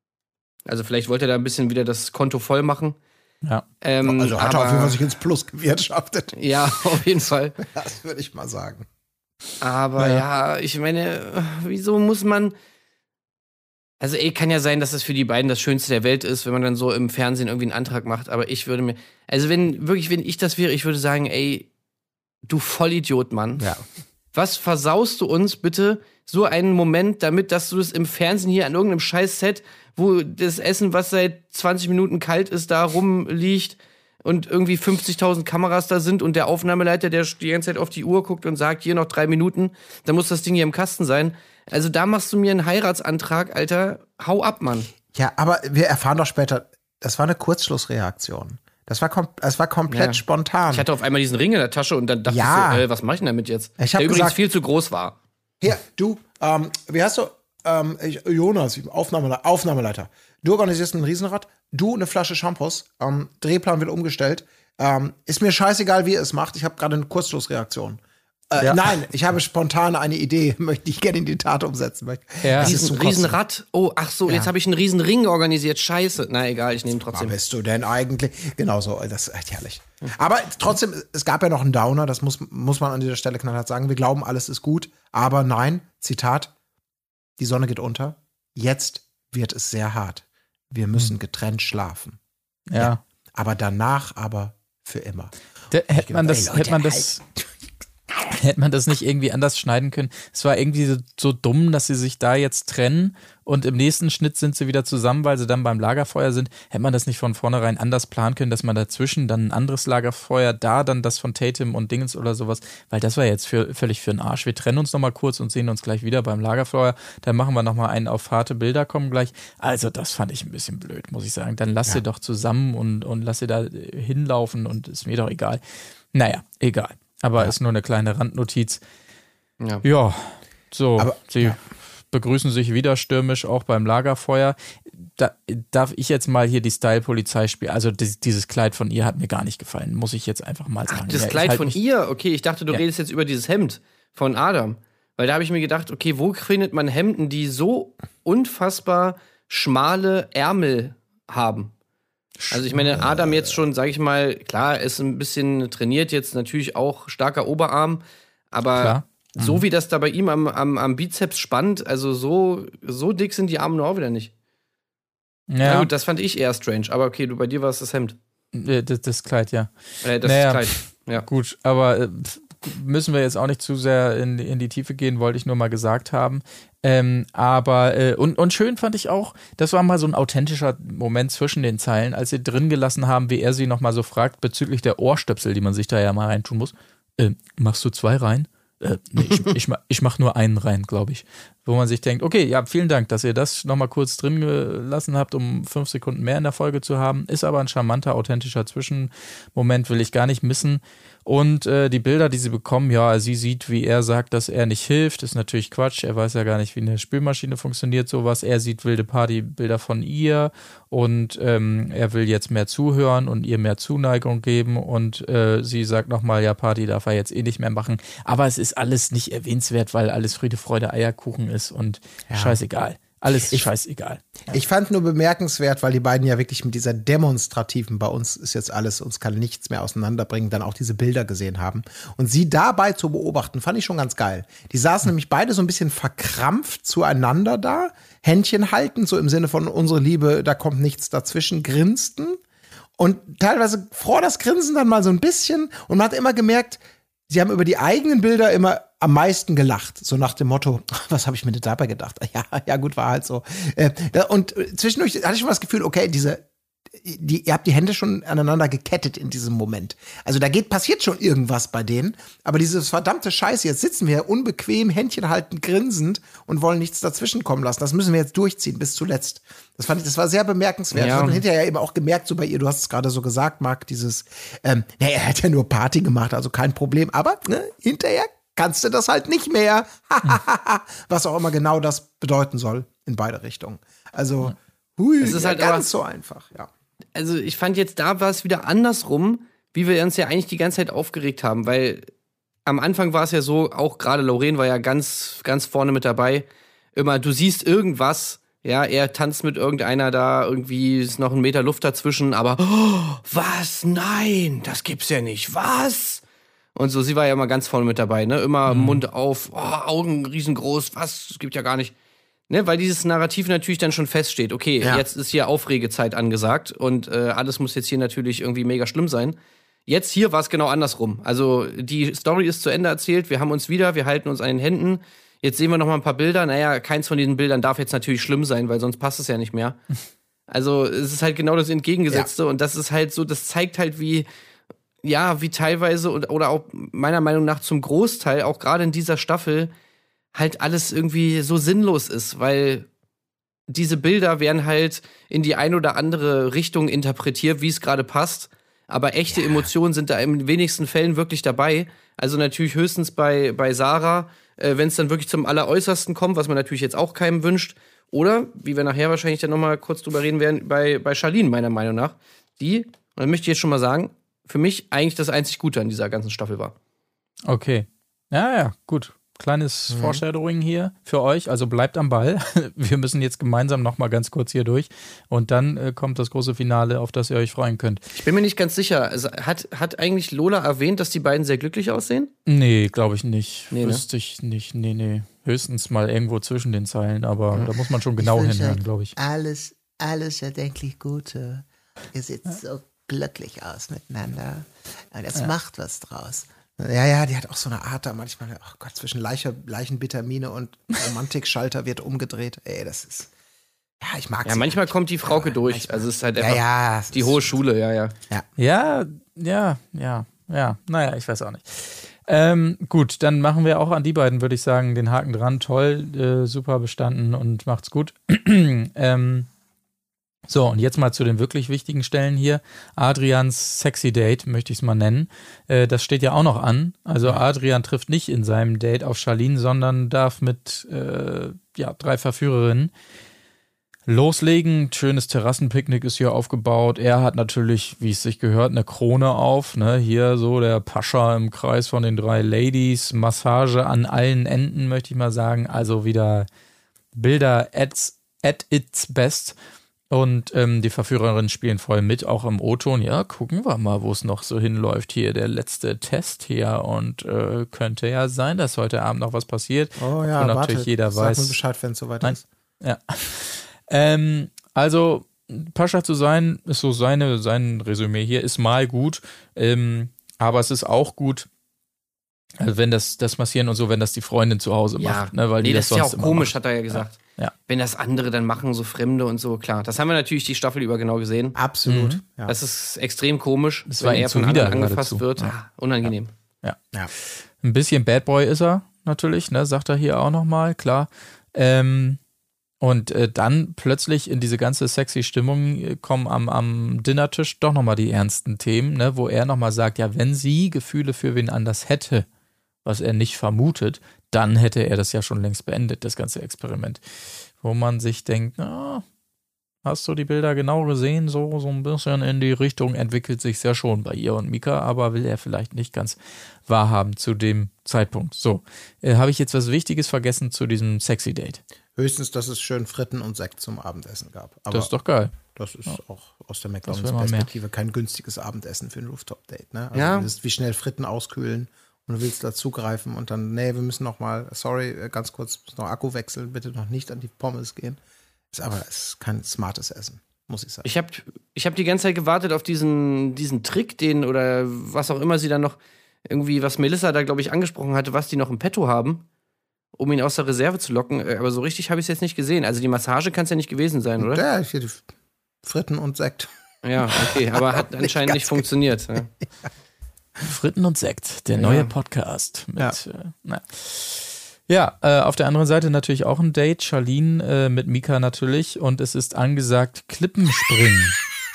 Speaker 1: Also vielleicht wollte er da ein bisschen wieder das Konto voll machen.
Speaker 2: Ja.
Speaker 1: Ähm,
Speaker 6: Also hat er
Speaker 1: aber,
Speaker 6: auf jeden Fall sich ins Plus gewirtschaftet.
Speaker 1: Ja, auf jeden Fall.
Speaker 6: Das würde ich mal sagen.
Speaker 1: Aber ja. ich meine, wieso muss man. Also, ey, kann ja sein, dass das für die beiden das Schönste der Welt ist, wenn man dann so im Fernsehen irgendwie einen Antrag macht. Aber ich würde mir. Also, wenn, wirklich, wenn ich das wäre, ich würde sagen, ey, du Vollidiot, Mann.
Speaker 6: Ja.
Speaker 1: Was versaust du uns bitte so einen Moment damit, dass du es im Fernsehen hier an irgendeinem scheiß Set, wo das Essen, was seit zwanzig Minuten kalt ist, da rumliegt und irgendwie fünfzigtausend Kameras da sind und der Aufnahmeleiter, der die ganze Zeit auf die Uhr guckt und sagt, hier noch drei Minuten, dann muss das Ding hier im Kasten sein. Also da machst du mir einen Heiratsantrag, Alter, hau ab, Mann.
Speaker 6: Ja, aber wir erfahren doch später, das war eine Kurzschlussreaktion. Das war, kom- das war komplett
Speaker 1: Ja.
Speaker 6: spontan.
Speaker 1: Ich hatte auf einmal diesen Ring in der Tasche und dann dachte
Speaker 6: Ja.
Speaker 1: ich so, äh, was mach ich denn damit jetzt?
Speaker 6: Ich
Speaker 1: der
Speaker 6: hab
Speaker 1: übrigens
Speaker 6: gesagt-
Speaker 1: viel zu groß war.
Speaker 6: Hier, du, ähm, wie heißt du? Ähm, ich, Jonas, Aufnahmeleiter, Aufnahmeleiter. Du organisierst ein Riesenrad, du eine Flasche Shampoos, ähm, Drehplan wird umgestellt. Ähm, ist mir scheißegal, wie ihr es macht. Ich habe gerade eine Kurzschlussreaktion. Äh,
Speaker 2: Ja.
Speaker 6: Nein, ich habe spontan eine Idee, möchte ich gerne in die Tat umsetzen. Möchte.
Speaker 2: Ja.
Speaker 6: Das ist
Speaker 1: Riesen,
Speaker 6: zum Kotzen.
Speaker 1: Riesenrad. Oh, ach so,
Speaker 6: Ja.
Speaker 1: jetzt habe ich einen riesen Ring organisiert. Scheiße. Na egal, ich nehme
Speaker 6: Was
Speaker 1: trotzdem.
Speaker 6: bist du denn eigentlich? Genau so, das ist echt herrlich. Aber trotzdem, es gab ja noch einen Downer, das muss, muss man an dieser Stelle knallhart sagen. Wir glauben, alles ist gut, aber nein, Zitat, die Sonne geht unter, jetzt wird es sehr hart. Wir müssen getrennt schlafen.
Speaker 2: Ja.
Speaker 6: Aber danach aber für immer.
Speaker 2: Da, hätte man
Speaker 6: Ey,
Speaker 2: das,
Speaker 6: Leute,
Speaker 2: hätte man das, hätte man das nicht irgendwie anders schneiden können? Es war irgendwie so, so dumm, dass sie sich da jetzt trennen und im nächsten Schnitt sind sie wieder zusammen, weil sie dann beim Lagerfeuer sind. Hätte man das nicht von vornherein anders planen können, dass man dazwischen dann ein anderes Lagerfeuer, da dann das von Tatum und Dingens oder sowas, weil das war jetzt für, völlig für den Arsch. Wir trennen uns nochmal kurz und sehen uns gleich wieder beim Lagerfeuer. Dann machen wir nochmal einen auf harte Bilder kommen gleich. Also das fand ich ein bisschen blöd, muss ich sagen. Dann lass
Speaker 6: Ja.
Speaker 2: sie doch zusammen und, und lass sie da hinlaufen und ist mir doch egal. Naja, egal. Aber
Speaker 6: Ja.
Speaker 2: ist nur eine kleine Randnotiz.
Speaker 1: Ja.
Speaker 2: Ja, so.
Speaker 6: Aber-
Speaker 2: sie
Speaker 6: ja.
Speaker 2: begrüßen sich wieder stürmisch, auch beim Lagerfeuer. Da, darf ich jetzt mal hier die Style-Polizei spielen? Also dieses, dieses Kleid von ihr hat mir gar nicht gefallen, muss ich jetzt einfach mal sagen.
Speaker 1: Das
Speaker 2: Ja, ich
Speaker 1: Kleid
Speaker 2: halt
Speaker 1: von
Speaker 2: mich-
Speaker 1: ihr? Okay, ich dachte, du
Speaker 2: Ja.
Speaker 1: redest jetzt über dieses Hemd von Adam. Weil da habe ich mir gedacht, okay, wo findet man Hemden, die so unfassbar schmale Ärmel haben? Also ich meine, Adam jetzt schon, sage ich mal, klar, ist ein bisschen trainiert, jetzt natürlich auch starker Oberarm, aber
Speaker 2: Klar.
Speaker 1: so wie das da bei ihm am, am, am Bizeps spannt, also so, so dick sind die Arme nur auch wieder nicht. Na
Speaker 2: Ja,
Speaker 1: gut, das fand ich eher strange, aber okay, du bei dir war es das Hemd.
Speaker 2: äh, das, das Kleid, ja.
Speaker 1: Äh, das
Speaker 2: Naja.
Speaker 1: Kleid. Ja.
Speaker 2: Gut, aber äh, pf, müssen wir jetzt auch nicht zu sehr in, in die Tiefe gehen, wollte ich nur mal gesagt haben. Ähm, aber, äh, und, und schön fand ich auch, das war mal so ein authentischer Moment zwischen den Zeilen, als sie drin gelassen haben, wie er sie nochmal so fragt, bezüglich der Ohrstöpsel, die man sich da ja mal reintun muss. Äh, machst du zwei rein? Äh, nee, ich, ich, ma- ich mach nur einen rein, glaube ich. Wo man sich denkt, okay, ja, vielen Dank, dass ihr das nochmal kurz drin gelassen habt, um fünf Sekunden mehr in der Folge zu haben. Ist aber ein charmanter, authentischer Zwischenmoment, will ich gar nicht missen. Und äh, die Bilder, die sie bekommen, ja, sie sieht, wie er sagt, dass er nicht hilft, ist natürlich Quatsch. Er weiß ja gar nicht, wie eine Spülmaschine funktioniert, sowas. Er sieht wilde Partybilder von ihr und ähm, er will jetzt mehr zuhören und ihr mehr Zuneigung geben. Und äh, sie sagt nochmal, ja, Party darf er jetzt eh nicht mehr machen. Aber es ist alles nicht erwähnenswert, weil alles Friede, Freude, Eierkuchen ist und scheißegal. Alles scheißegal.
Speaker 6: Ich fand nur bemerkenswert, weil die beiden ja wirklich mit dieser demonstrativen, bei uns ist jetzt alles, uns kann nichts mehr auseinanderbringen, dann auch diese Bilder gesehen haben. Und sie dabei zu beobachten, fand ich schon ganz geil. Die saßen nämlich beide so ein bisschen verkrampft zueinander da, Händchen halten, so im Sinne von unsere Liebe, da kommt nichts dazwischen, grinsten. Und teilweise fror das Grinsen dann mal so ein bisschen und man hat immer gemerkt, sie haben über die eigenen Bilder immer am meisten gelacht. So nach dem Motto, was habe ich mir denn dabei gedacht? Ja, ja gut, war halt so. Äh, Und zwischendurch hatte ich schon das Gefühl, okay, diese, die, ihr habt die Hände schon aneinander gekettet in diesem Moment. Also da geht, passiert schon irgendwas bei denen. Aber dieses verdammte Scheiße, jetzt sitzen wir unbequem, Händchen halten, grinsend und wollen nichts dazwischen kommen lassen. Das müssen wir jetzt durchziehen bis zuletzt. Das fand ich, das war sehr bemerkenswert.
Speaker 1: Ja.
Speaker 6: Das hat man hinterher eben auch gemerkt, so bei ihr, du hast es gerade so gesagt, Marc, dieses, ähm, ja, er hat ja nur Party gemacht, also kein Problem. Aber ne, hinterher kannst du das halt nicht mehr. Was auch immer genau das bedeuten soll in beide Richtungen. Also, hui,
Speaker 1: Es ist
Speaker 6: ja,
Speaker 1: halt
Speaker 6: ganz
Speaker 1: aber-
Speaker 6: so einfach, ja.
Speaker 1: Also ich fand jetzt, da war es wieder andersrum, wie wir uns ja eigentlich die ganze Zeit aufgeregt haben, weil am Anfang war es ja so, auch gerade Lorraine war ja ganz, ganz vorne mit dabei. Immer, du siehst irgendwas, ja, er tanzt mit irgendeiner da, irgendwie ist noch ein Meter Luft dazwischen, aber oh, was? Nein, das gibt's ja nicht. Was? Und so, sie war ja immer ganz vorne mit dabei, ne? Immer Mund auf, oh, Augen riesengroß, was? Das gibt ja gar nicht. Ne, weil dieses Narrativ natürlich dann schon feststeht. Okay,
Speaker 6: Ja.
Speaker 1: jetzt ist hier Aufregezeit angesagt und äh, alles muss jetzt hier natürlich irgendwie mega schlimm sein. Jetzt hier war es genau andersrum. Also die Story ist zu Ende erzählt, wir haben uns wieder, wir halten uns an den Händen. Jetzt sehen wir noch mal ein paar Bilder. Naja, keins von diesen Bildern darf jetzt natürlich schlimm sein, weil sonst passt es ja nicht mehr. Also es ist halt genau das Entgegengesetzte ja. und das ist halt so, das zeigt halt wie, ja, wie teilweise und, oder auch meiner Meinung nach zum Großteil, auch gerade in dieser Staffel, halt alles irgendwie so sinnlos ist, weil diese Bilder werden halt in die ein oder andere Richtung interpretiert, wie es gerade passt. Aber echte ja. Emotionen sind da in wenigsten Fällen wirklich dabei. Also natürlich höchstens bei, bei Sarah, äh, wenn es dann wirklich zum Alleräußersten kommt, was man natürlich jetzt auch keinem wünscht. Oder, wie wir nachher wahrscheinlich dann nochmal kurz drüber reden werden, bei, bei Charlene, meiner Meinung nach. Die, und das möchte ich jetzt schon mal sagen, für mich eigentlich das einzig Gute an dieser ganzen Staffel war.
Speaker 2: Okay. Ja, ja, gut. Kleines mhm. Foreshadowing hier für euch, also bleibt am Ball. Wir müssen jetzt gemeinsam noch mal ganz kurz hier durch und dann äh, kommt das große Finale, auf das ihr euch freuen könnt.
Speaker 1: Ich bin mir nicht ganz sicher, also hat, hat eigentlich Lola erwähnt, dass die beiden sehr glücklich aussehen?
Speaker 2: Nee, glaube ich nicht.
Speaker 1: Nee,
Speaker 2: Wüsste
Speaker 1: ne?
Speaker 2: ich nicht, nee, nee. Höchstens mal irgendwo zwischen den Zeilen, aber ja. da muss man schon genau hinhören, glaube ich.
Speaker 6: Alles, alles erdenklich Gute. Ihr seht ja. so glücklich aus miteinander. Und jetzt ja. macht was draus. Ja, ja, die hat auch so eine Art da manchmal, oh Gott, zwischen Leiche, Leichenvitamine und Romantikschalter wird umgedreht. Ey, das ist, ja, ich mag
Speaker 1: Ja,
Speaker 6: sie
Speaker 1: manchmal
Speaker 6: nicht.
Speaker 1: kommt die Frauke
Speaker 6: ja,
Speaker 1: durch.
Speaker 6: manchmal.
Speaker 1: Also es ist halt einfach
Speaker 6: ja, ja,
Speaker 1: die hohe Schule, ja, ja.
Speaker 6: Ja,
Speaker 2: ja, ja, ja, ja. Naja, ich weiß auch nicht. Ähm, gut, dann machen wir auch an die beiden, würde ich sagen, den Haken dran. Toll, äh, super bestanden und macht's gut. ähm, So, und jetzt mal zu den wirklich wichtigen Stellen hier. Adrians Sexy Date, möchte ich es mal nennen. Äh, das steht ja auch noch an. Also Adrian trifft nicht in seinem Date auf Charlene, sondern darf mit äh, ja, drei Verführerinnen loslegen. Schönes Terrassenpicknick ist hier aufgebaut. Er hat natürlich, wie es sich gehört, eine Krone auf. Ne? Hier so der Pascha im Kreis von den drei Ladies. Massage an allen Enden, möchte ich mal sagen. Also wieder Bilder at, at its best. Und ähm, die Verführerinnen spielen voll mit, auch im O-Ton. Ja, gucken wir mal, wo es noch so hinläuft. Hier der letzte Test hier. Und äh, könnte ja sein, dass heute Abend noch was passiert.
Speaker 6: Oh ja,
Speaker 2: und
Speaker 6: warte,
Speaker 2: natürlich jeder
Speaker 6: sag
Speaker 2: weiß.
Speaker 6: mir Bescheid, wenn es soweit
Speaker 2: Nein?
Speaker 6: ist.
Speaker 2: Ja. ähm, also, Pascha zu sein, ist so seine, sein Resümee hier, ist mal gut. Ähm, aber es ist auch gut, also wenn das, das Massieren und so, wenn das die Freundin zu Hause
Speaker 1: Ja.
Speaker 2: macht. Ne, weil
Speaker 1: nee,
Speaker 2: die
Speaker 1: das,
Speaker 2: das,
Speaker 1: ist ja
Speaker 2: sonst
Speaker 1: auch
Speaker 2: immer
Speaker 1: komisch,
Speaker 2: macht.
Speaker 1: hat er ja gesagt.
Speaker 2: Ja. Ja.
Speaker 1: Wenn das andere dann machen, so Fremde und so, klar. Das haben wir natürlich die Staffel über genau gesehen.
Speaker 6: Absolut.
Speaker 2: Mhm.
Speaker 6: Ja.
Speaker 1: Das ist extrem komisch,
Speaker 2: Das
Speaker 1: wenn
Speaker 2: war ihm
Speaker 1: er von
Speaker 2: zuwider
Speaker 1: anderen angefasst
Speaker 2: geradezu.
Speaker 1: wird.
Speaker 2: Ja.
Speaker 1: Ah, unangenehm.
Speaker 2: Ja.
Speaker 6: Ja.
Speaker 2: Ein bisschen Bad Boy ist er natürlich, ne, sagt er hier auch nochmal, klar. Ähm, und äh, dann plötzlich in diese ganze sexy Stimmung äh, kommen am, am Dinnertisch doch nochmal die ernsten Themen, ne, wo er nochmal sagt, ja, wenn sie Gefühle für wen anders hätte, was er nicht vermutet, dann hätte er das ja schon längst beendet, das ganze Experiment. Wo man sich denkt, na, hast du die Bilder genau gesehen? So, so ein bisschen in die Richtung entwickelt sich ja schon bei ihr und Mika, aber will er vielleicht nicht ganz wahrhaben zu dem Zeitpunkt. So, äh, habe ich jetzt was Wichtiges vergessen zu diesem Sexy Date?
Speaker 6: Höchstens, dass es schön Fritten und Sekt zum Abendessen gab. Aber
Speaker 2: Das ist doch geil.
Speaker 6: das ist
Speaker 2: Ja.
Speaker 6: auch aus der
Speaker 2: will man
Speaker 6: McDonalds-Perspektive kein günstiges Abendessen für ein Rooftop-Date. Ne? Also
Speaker 1: Ja.
Speaker 6: du willst wie schnell Fritten auskühlen und du willst dazugreifen und dann, nee, wir müssen noch mal, sorry, ganz kurz, müssen noch Akku wechseln, bitte noch nicht an die Pommes gehen. Ist aber es ist kein smartes Essen, muss ich sagen.
Speaker 1: Ich habe ich hab die ganze Zeit gewartet auf diesen, diesen Trick, den oder was auch immer sie dann noch irgendwie, was Melissa da, glaube ich, angesprochen hatte, was die noch im Petto haben, um ihn aus der Reserve zu locken. Aber so richtig habe ich es jetzt nicht gesehen. Also die Massage kann es ja nicht gewesen sein, oder?
Speaker 6: Ja, hier die Fritten und Sekt.
Speaker 1: Ja, okay, aber hat anscheinend nicht funktioniert. Ja.
Speaker 2: Fritten und Sekt, der
Speaker 1: Ja.
Speaker 2: neue Podcast. Mit,
Speaker 6: Ja.
Speaker 2: äh, na. Ja, äh, auf der anderen Seite natürlich auch ein Date. Charlene äh, mit Mika natürlich. Und es ist angesagt Klippenspringen.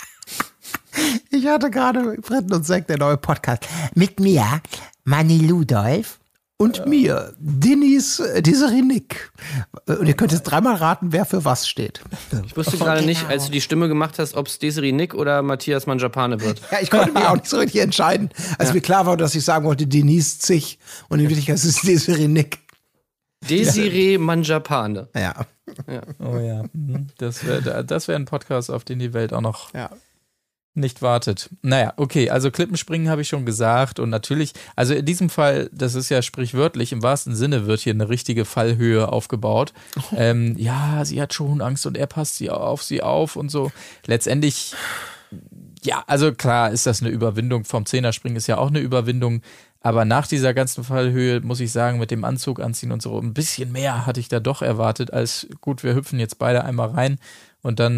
Speaker 6: Ich hatte gerade Fritten und Sekt, der neue Podcast. Mit mir, Manni Ludolf und mir, Dennis äh, Deserinik. Und ihr könnt jetzt dreimal raten, wer für was steht.
Speaker 1: Ich wusste gerade nicht, als du die Stimme gemacht hast, ob es Desiree Nick oder Matthias Manjapane wird.
Speaker 6: Ja, ich konnte mich auch nicht so richtig entscheiden, als mir klar war, dass ich sagen wollte, Denise Zich. Und in Wirklichkeit ist es Deserinik.
Speaker 1: Desiree Manjapane.
Speaker 6: Ja.
Speaker 2: Oh ja, mhm. das wäre das wär ein Podcast, auf den die Welt auch noch
Speaker 6: Ja.
Speaker 2: nicht wartet. Naja, okay, also Klippenspringen habe ich schon gesagt und natürlich, also in diesem Fall, das ist ja sprichwörtlich, im wahrsten Sinne wird hier eine richtige Fallhöhe aufgebaut. Oh. Ähm, ja, sie hat schon Angst und er passt sie auf sie auf und so. Letztendlich, ja, also klar ist das eine Überwindung, vom Zehnerspringen ist ja auch eine Überwindung, aber nach dieser ganzen Fallhöhe muss ich sagen, mit dem Anzug anziehen und so, ein bisschen mehr hatte ich da doch erwartet, als gut, wir hüpfen jetzt beide einmal rein und dann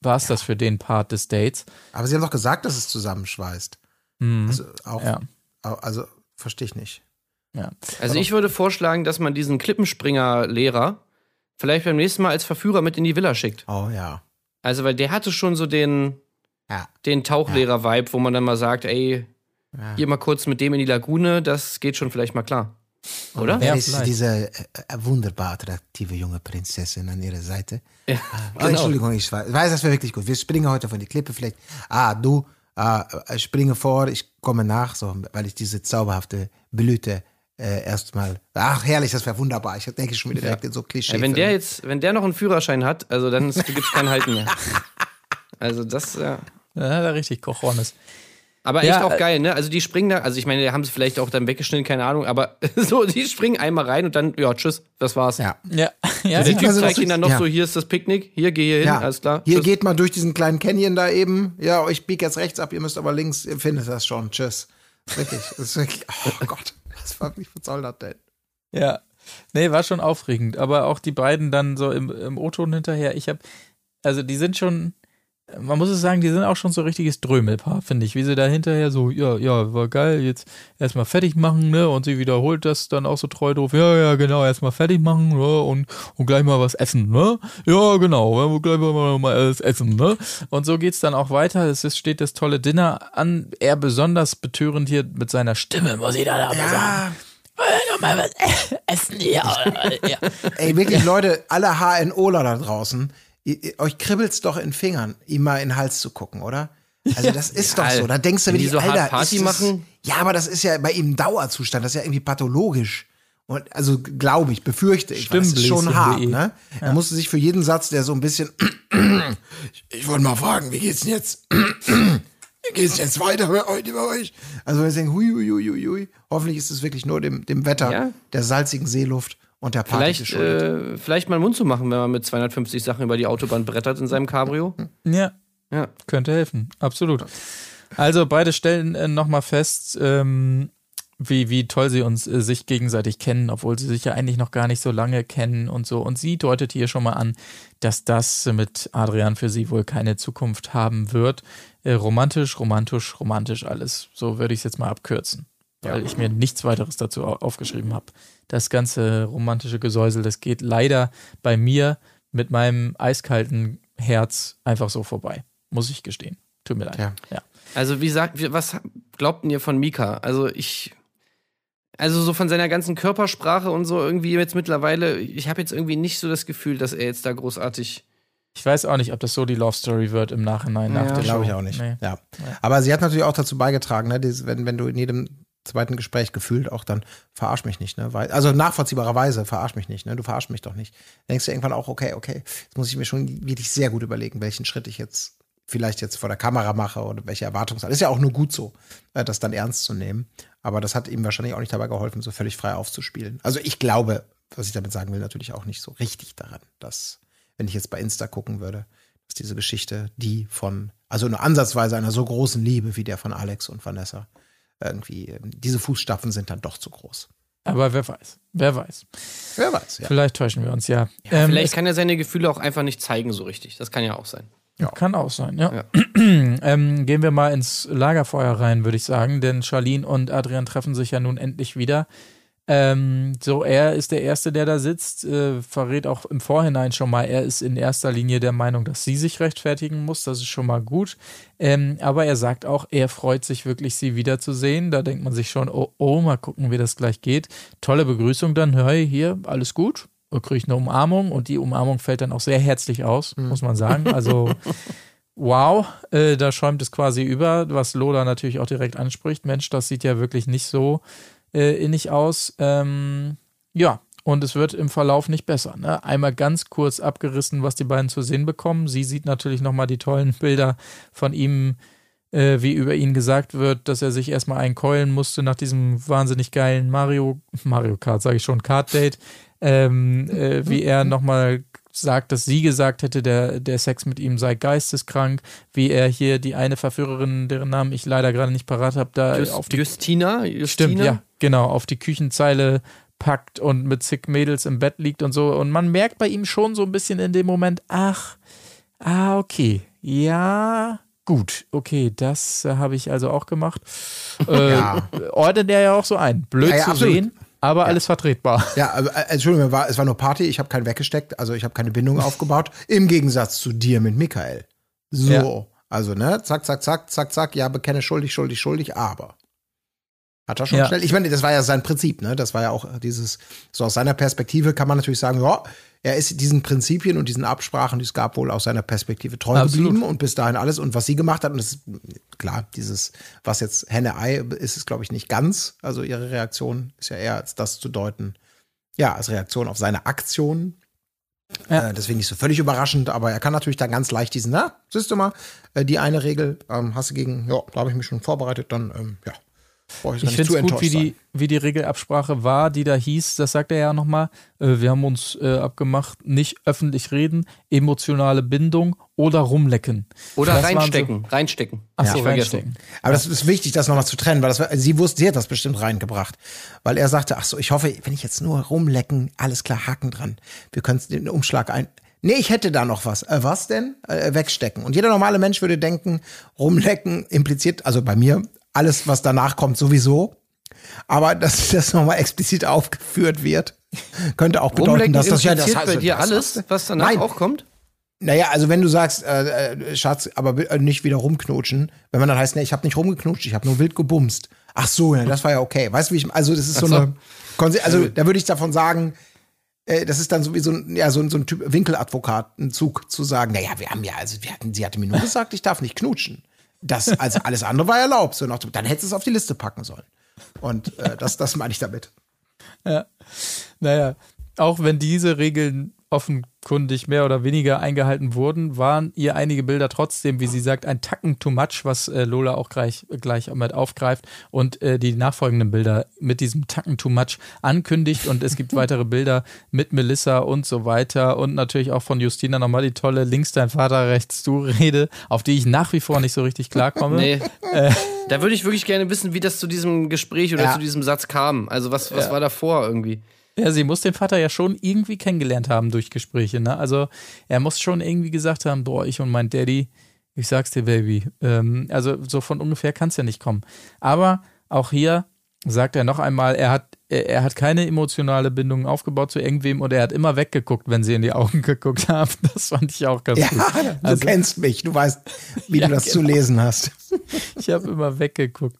Speaker 2: war es das für den Part des Dates.
Speaker 6: Aber sie haben doch gesagt, dass es zusammenschweißt.
Speaker 2: Mhm.
Speaker 6: Also, auch,
Speaker 2: Ja.
Speaker 6: also verstehe ich nicht.
Speaker 2: Ja.
Speaker 1: Also ich würde vorschlagen, dass man diesen Klippenspringer-Lehrer vielleicht beim nächsten Mal als Verführer mit in die Villa schickt.
Speaker 6: Oh ja.
Speaker 1: Also, weil der hatte schon so den,
Speaker 6: Ja.
Speaker 1: den Tauchlehrer-Vibe, wo man dann mal sagt, ey,
Speaker 6: Ja.
Speaker 1: geh mal kurz mit dem in die Lagune, das geht schon vielleicht mal klar. Oder?
Speaker 6: Wer
Speaker 2: Ja,
Speaker 6: ist
Speaker 2: vielleicht.
Speaker 6: diese äh, wunderbar attraktive junge Prinzessin an ihrer Seite?
Speaker 1: Ja,
Speaker 6: Oh,
Speaker 1: genau.
Speaker 6: Entschuldigung, ich weiß, weiß, das wäre wirklich gut. Wir springen heute von die Klippe vielleicht. Ah, du, ah, ich springe vor, ich komme nach, so, weil ich diese zauberhafte Blüte äh, erstmal. Ach, herrlich, das wäre wunderbar. Ich denke schon wieder direkt in so Klischee.
Speaker 1: Ja, wenn der jetzt, wenn der noch einen Führerschein hat, also dann gibt es kein Halten mehr. Also das, ja.
Speaker 2: Ja, da richtig Cojones.
Speaker 1: Aber echt
Speaker 2: Ja,
Speaker 1: auch
Speaker 2: äh,
Speaker 1: geil, ne? Also die springen da, also ich meine, die haben sie vielleicht auch dann weggeschnitten, keine Ahnung, aber so, die springen einmal rein und dann, ja, tschüss, das war's.
Speaker 6: Ja.
Speaker 2: Ja, ja.
Speaker 1: Der
Speaker 6: sieht
Speaker 1: Typ
Speaker 6: man so,
Speaker 1: zeigt
Speaker 6: was
Speaker 1: ihnen dann
Speaker 6: du-
Speaker 1: noch
Speaker 6: ja.
Speaker 1: so, hier ist das Picknick, hier, geh hier hin,
Speaker 6: Ja,
Speaker 1: alles klar.
Speaker 6: hier
Speaker 1: tschüss.
Speaker 6: geht mal durch diesen kleinen Canyon da eben. Ja, ich biege jetzt rechts ab, ihr müsst aber links, ihr findet das schon. Tschüss. Wirklich, das ist wirklich, oh Gott, was war wirklich, was soll das denn?
Speaker 2: Ja, nee, war schon aufregend. Aber auch die beiden dann so im, im O-Ton hinterher. Ich habe, also die sind schon, man muss es sagen, die sind auch schon so richtiges Drömelpaar, finde ich. Wie sie da hinterher so, ja, ja, war geil, jetzt erstmal fertig machen, ne? Und sie wiederholt das dann auch so treu drauf. Ja, ja, genau, erstmal fertig machen, ne? Und, und gleich mal was essen, ne? Ja, genau, gleich mal, mal alles essen, ne? Und so geht's dann auch weiter. Es ist, steht das tolle Dinner an. Er besonders betörend hier mit seiner Stimme, muss ich da aber sagen.
Speaker 6: Ja,
Speaker 2: Mal was essen hier. Ja.
Speaker 6: ey, wirklich, Leute, alle HNOler da draußen, ihr, ihr, euch kribbelt's doch in den Fingern, ihm mal in den Hals zu gucken, oder? Also das ist doch so. Da denkst du
Speaker 1: Wenn die
Speaker 6: wirklich,
Speaker 1: so hart
Speaker 6: Alter,
Speaker 1: Party
Speaker 6: ist das,
Speaker 1: machen?
Speaker 6: Ja, aber das ist ja bei ihm ein Dauerzustand, das ist ja irgendwie pathologisch. Und also glaube ich, befürchte ich, weil das ist schon hart,
Speaker 2: Stimmbläschen.de.
Speaker 6: ne? Er musste sich für jeden Satz, der so ein bisschen ich, ich wollte mal fragen, wie geht's denn jetzt? Wie geht's denn jetzt weiter bei euch, bei euch? Also wir denken, hui, hui, hui, hui, hui. Hoffentlich ist es wirklich nur dem, dem Wetter,
Speaker 1: Ja.
Speaker 6: der salzigen Seeluft und der Party
Speaker 1: Vielleicht,
Speaker 6: geschuldet.
Speaker 1: äh, vielleicht mal einen Mund zu machen, wenn man mit zweihundertfünfzig Sachen über die Autobahn brettert in seinem Cabrio.
Speaker 2: Ja,
Speaker 1: Ja.
Speaker 2: könnte helfen, absolut. Also beide stellen äh, nochmal fest, ähm, wie, wie toll sie uns äh, sich gegenseitig kennen, obwohl sie sich ja eigentlich noch gar nicht so lange kennen und so. Und sie deutet hier schon mal an, dass das mit Adrian für sie wohl keine Zukunft haben wird. Äh, romantisch, romantisch, romantisch alles. So würde ich es jetzt mal abkürzen, weil ich mir nichts weiteres dazu au- aufgeschrieben habe. Das ganze romantische Gesäusel, das geht leider bei mir mit meinem eiskalten Herz einfach so vorbei. Muss ich gestehen. Tut mir leid.
Speaker 6: Ja.
Speaker 2: Ja.
Speaker 1: Also wie sagt, wie- was glaubten ihr von Mika? Also ich, also so von seiner ganzen Körpersprache und so irgendwie jetzt mittlerweile, ich habe jetzt irgendwie nicht so das Gefühl, dass er jetzt da großartig.
Speaker 2: Ich weiß auch nicht, ob das so die Love Story wird im Nachhinein nach
Speaker 1: Ja,
Speaker 2: der Show.
Speaker 6: Glaube ich auch nicht.
Speaker 2: Nee.
Speaker 6: Ja. Aber sie hat natürlich auch dazu beigetragen, ne, dieses, wenn, wenn du in jedem zweiten Gespräch gefühlt auch dann verarsch mich nicht, ne? Weil, also nachvollziehbarerweise verarsch mich nicht, ne? Du verarsch mich doch nicht. Denkst du irgendwann auch, okay, okay, jetzt muss ich mir schon wirklich sehr gut überlegen, welchen Schritt ich jetzt vielleicht jetzt vor der Kamera mache oder welche Erwartungshaltung. Ist ja auch nur gut so, äh, das dann ernst zu nehmen. Aber das hat ihm wahrscheinlich auch nicht dabei geholfen, so völlig frei aufzuspielen. Also ich glaube, was ich damit sagen will, natürlich auch nicht so richtig daran, dass, wenn ich jetzt bei Insta gucken würde, dass diese Geschichte, die von, also nur ansatzweise einer so großen Liebe wie der von Alex und Vanessa, irgendwie, ähm, diese Fußstapfen sind dann doch zu groß.
Speaker 2: Aber wer weiß, wer weiß.
Speaker 6: Wer weiß, ja.
Speaker 2: Vielleicht täuschen wir uns, ja.
Speaker 1: Ja,
Speaker 2: Ähm,
Speaker 1: vielleicht
Speaker 2: es
Speaker 1: kann er seine Gefühle auch einfach nicht zeigen so richtig. Das kann ja auch sein.
Speaker 2: Kann auch sein, ja.
Speaker 1: Ja.
Speaker 2: ähm, gehen wir mal ins Lagerfeuer rein, würde ich sagen, denn Charlene und Adrian treffen sich ja nun endlich wieder. Ähm, so, er ist der Erste, der da sitzt, äh, verrät auch im Vorhinein schon mal, er ist in erster Linie der Meinung, dass sie sich rechtfertigen muss, das ist schon mal gut. Ähm, aber er sagt auch, er freut sich wirklich, sie wiederzusehen. Da denkt man sich schon, oh, oh, mal gucken, wie das gleich geht. Tolle Begrüßung dann, hey, hier, alles gut? Kriege ich eine Umarmung und die Umarmung fällt dann auch sehr herzlich aus, mhm. muss man sagen. Also wow, äh, da schäumt es quasi über, was Lola natürlich auch direkt anspricht. Mensch, das sieht ja wirklich nicht so äh, innig aus. Ähm, ja, und es wird im Verlauf nicht besser. Ne? Einmal ganz kurz abgerissen, was die beiden zu sehen bekommen. Sie sieht natürlich nochmal die tollen Bilder von ihm, äh, wie über ihn gesagt wird, dass er sich erstmal einkeulen musste nach diesem wahnsinnig geilen Mario, Mario Kart, sage ich schon, Kart-Date. Ähm, äh, wie er nochmal sagt, dass sie gesagt hätte, der, der Sex mit ihm sei geisteskrank, wie er hier die eine Verführerin, deren Namen ich leider gerade nicht parat habe, da
Speaker 1: Just,
Speaker 2: auf die
Speaker 1: Justina? Justina?
Speaker 2: Stimmt, ja, genau, auf die Küchenzeile packt und mit zig Mädels im Bett liegt und so. Und man merkt bei ihm schon so ein bisschen in dem Moment, ach, ah, okay, Ja, gut, okay, das äh, habe ich also auch gemacht. Äh,
Speaker 6: Ja.
Speaker 2: Ordnet er ja auch so ein. Blöd
Speaker 6: Ja, ja,
Speaker 2: zu
Speaker 6: absolut.
Speaker 2: sehen, aber alles vertretbar.
Speaker 6: Ja, aber, äh, Entschuldigung, war, es war nur Party, ich habe keinen weggesteckt, also ich habe keine Bindung aufgebaut, im Gegensatz zu dir mit Michael. So,
Speaker 2: Ja.
Speaker 6: also ne, zack, zack, zack, zack, zack, ja, bekenne schuldig, schuldig, schuldig, aber hat er schon
Speaker 2: Ja.
Speaker 6: schnell, ich meine, das war ja sein Prinzip, ne, das war ja auch dieses, so aus seiner Perspektive kann man natürlich sagen, ja, er ist diesen Prinzipien und diesen Absprachen, die es gab, wohl aus seiner Perspektive treu
Speaker 2: Absolut.
Speaker 6: geblieben und bis dahin alles und was sie gemacht hat und das ist, klar, dieses, was jetzt Henne-Ei ist es, glaube ich, nicht ganz, also ihre Reaktion ist ja eher als das zu deuten, ja, als Reaktion auf seine Aktion.
Speaker 2: Ja.
Speaker 6: Äh, deswegen nicht so völlig überraschend, aber er kann natürlich dann ganz leicht diesen, na, siehst du mal, äh, die eine Regel ähm, hast du gegen, ja, da habe ich mich schon vorbereitet, dann, ähm, ja, brauche ich,
Speaker 2: Ich
Speaker 6: ich
Speaker 2: finde
Speaker 6: zu
Speaker 2: es gut,
Speaker 6: enttäuscht
Speaker 2: wie
Speaker 6: sein.
Speaker 2: die, wie die Regelabsprache war, die da hieß, das sagt er ja nochmal, äh, wir haben uns äh, abgemacht, nicht öffentlich reden, emotionale Bindung oder rumlecken.
Speaker 1: Oder
Speaker 2: Das waren
Speaker 1: reinstecken, reinstecken.
Speaker 2: Achso,
Speaker 1: Nicht vergessen.
Speaker 2: reinstecken.
Speaker 6: Aber das ist wichtig, das nochmal zu trennen, weil das war, sie wusste, sie hat das bestimmt reingebracht. Weil er sagte, ach so, ich hoffe, wenn ich jetzt nur rumlecken, alles klar, Haken dran. Wir können den Umschlag ein. Nee, ich hätte da noch was. Äh, was denn? Äh, wegstecken. Und jeder normale Mensch würde denken, rumlecken impliziert, also bei mir, alles, was danach kommt, sowieso. Aber dass das nochmal explizit aufgeführt wird, könnte auch bedeuten,
Speaker 1: Rumlecken
Speaker 6: dass das ja das
Speaker 1: impliziert bei dir
Speaker 6: das
Speaker 1: alles,
Speaker 6: hast du-
Speaker 1: was danach
Speaker 6: Nein.
Speaker 1: auch kommt?
Speaker 6: Naja, also wenn du sagst, äh, äh, Schatz, aber bi- äh, nicht wieder rumknutschen, wenn man dann heißt, nee, ich habe nicht rumgeknutscht, ich habe nur wild gebumst. Ach so, ja, das war ja okay. Weißt du, wie ich, also das ist so,
Speaker 1: Ach so.
Speaker 6: eine, Konse- also da würde ich davon sagen, äh, das ist dann so wie so ein, ja, so ein, so ein Typ Winkeladvokatenzug zu sagen, naja, wir haben ja, also wir hatten, sie hatte mir nur gesagt, ich darf nicht knutschen. Das, also alles andere war erlaubt. So nach, dem- dann hättest du es auf die Liste packen sollen. Und äh, das, das meine ich damit.
Speaker 2: Ja. Naja, auch wenn diese Regeln offenkundig mehr oder weniger eingehalten wurden, waren ihr einige Bilder trotzdem, wie sie sagt, ein Tacken too much, was äh, Lola auch gleich, gleich mit aufgreift und äh, die nachfolgenden Bilder mit diesem Tacken too much ankündigt und es gibt weitere Bilder mit Melissa und so weiter und natürlich auch von Justina nochmal die tolle links dein Vater, rechts du Rede, auf die ich nach wie vor nicht so richtig klarkomme.
Speaker 1: Nee. Da würde ich wirklich gerne wissen, wie das zu diesem Gespräch oder
Speaker 6: Ja.
Speaker 1: zu diesem Satz kam. Also was, was
Speaker 2: Ja.
Speaker 1: war davor irgendwie?
Speaker 2: Ja, sie muss den Vater ja schon irgendwie kennengelernt haben durch Gespräche, ne? Also er muss schon irgendwie gesagt haben, boah, ich und mein Daddy, ich sag's dir, Baby. Ähm, also so von ungefähr kann's ja nicht kommen. Aber auch hier sagt er noch einmal, er hat, er, er hat keine emotionale Bindung aufgebaut zu irgendwem und er hat immer weggeguckt, wenn sie in die Augen geguckt haben. Das fand ich auch ganz
Speaker 6: Ja,
Speaker 2: gut.
Speaker 6: du
Speaker 2: Also-
Speaker 6: kennst mich, du weißt, wie
Speaker 2: Ja,
Speaker 6: du das
Speaker 2: genau.
Speaker 6: zu lesen hast.
Speaker 2: Ich habe immer weggeguckt.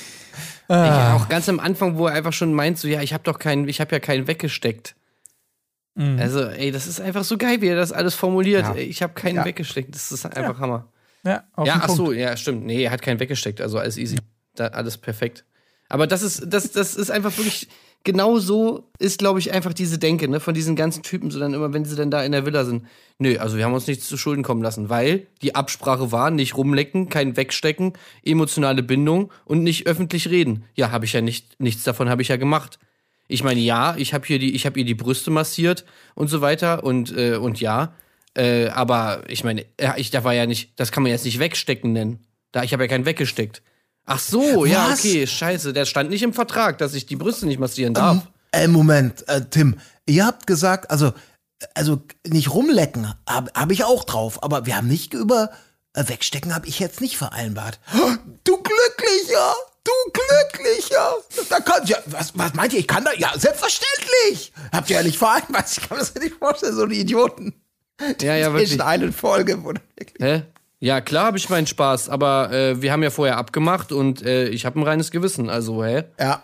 Speaker 1: Ja, auch ganz am Anfang, wo er einfach schon meint, so, ja, ich habe doch keinen, ich habe ja keinen weggesteckt.
Speaker 2: Mhm.
Speaker 1: Also, ey, das ist einfach so geil, wie er das alles formuliert.
Speaker 6: Ja.
Speaker 1: Ey, ich habe keinen
Speaker 6: Ja.
Speaker 1: weggesteckt. Das ist einfach Hammer.
Speaker 2: Ja, auf
Speaker 1: Ja,
Speaker 2: den
Speaker 1: ach
Speaker 2: Punkt.
Speaker 1: so, ja, stimmt. Nee, er hat keinen weggesteckt, also alles easy. Da, alles perfekt. Aber das ist, das, das ist einfach wirklich, genau so ist, glaube ich, einfach diese Denke, ne, von diesen ganzen Typen, so dann immer, wenn sie dann da in der Villa sind. Nö, also wir haben uns nichts zu Schulden kommen lassen, weil die Absprache war, nicht rumlecken, kein Wegstecken, emotionale Bindung und nicht öffentlich reden. Ja, habe ich ja nicht, nichts davon habe ich ja gemacht. Ich meine, ja, ich habe hier die, ich habe ihr die Brüste massiert und so weiter und, äh, und ja, äh, aber ich meine, ja, ich, da war ja nicht, das kann man jetzt nicht wegstecken nennen. Da, ich habe ja keinen weggesteckt. Ach so, ja,
Speaker 6: Was?
Speaker 1: okay, scheiße, der stand nicht im Vertrag, dass ich die Brüste nicht massieren darf.
Speaker 6: Äh, Moment, äh, Tim, ihr habt gesagt, also, also nicht rumlecken habe hab ich auch drauf, aber wir haben nicht über äh, wegstecken habe ich jetzt nicht vereinbart. Du Glücklicher, du Glücklicher. Da kann, ja, was, was meint ihr? Ich kann da, ja, selbstverständlich. Habt ihr ja nicht vereinbart. Ich kann mir das nicht vorstellen, so die Idioten.
Speaker 1: Ja, ja,
Speaker 6: Die
Speaker 1: wirklich.
Speaker 6: eine Folge, wo dann wirklich
Speaker 1: Hä? Ja, klar habe ich meinen Spaß, aber äh, wir haben ja vorher abgemacht und äh, ich habe ein reines Gewissen, also, hä?
Speaker 6: ja.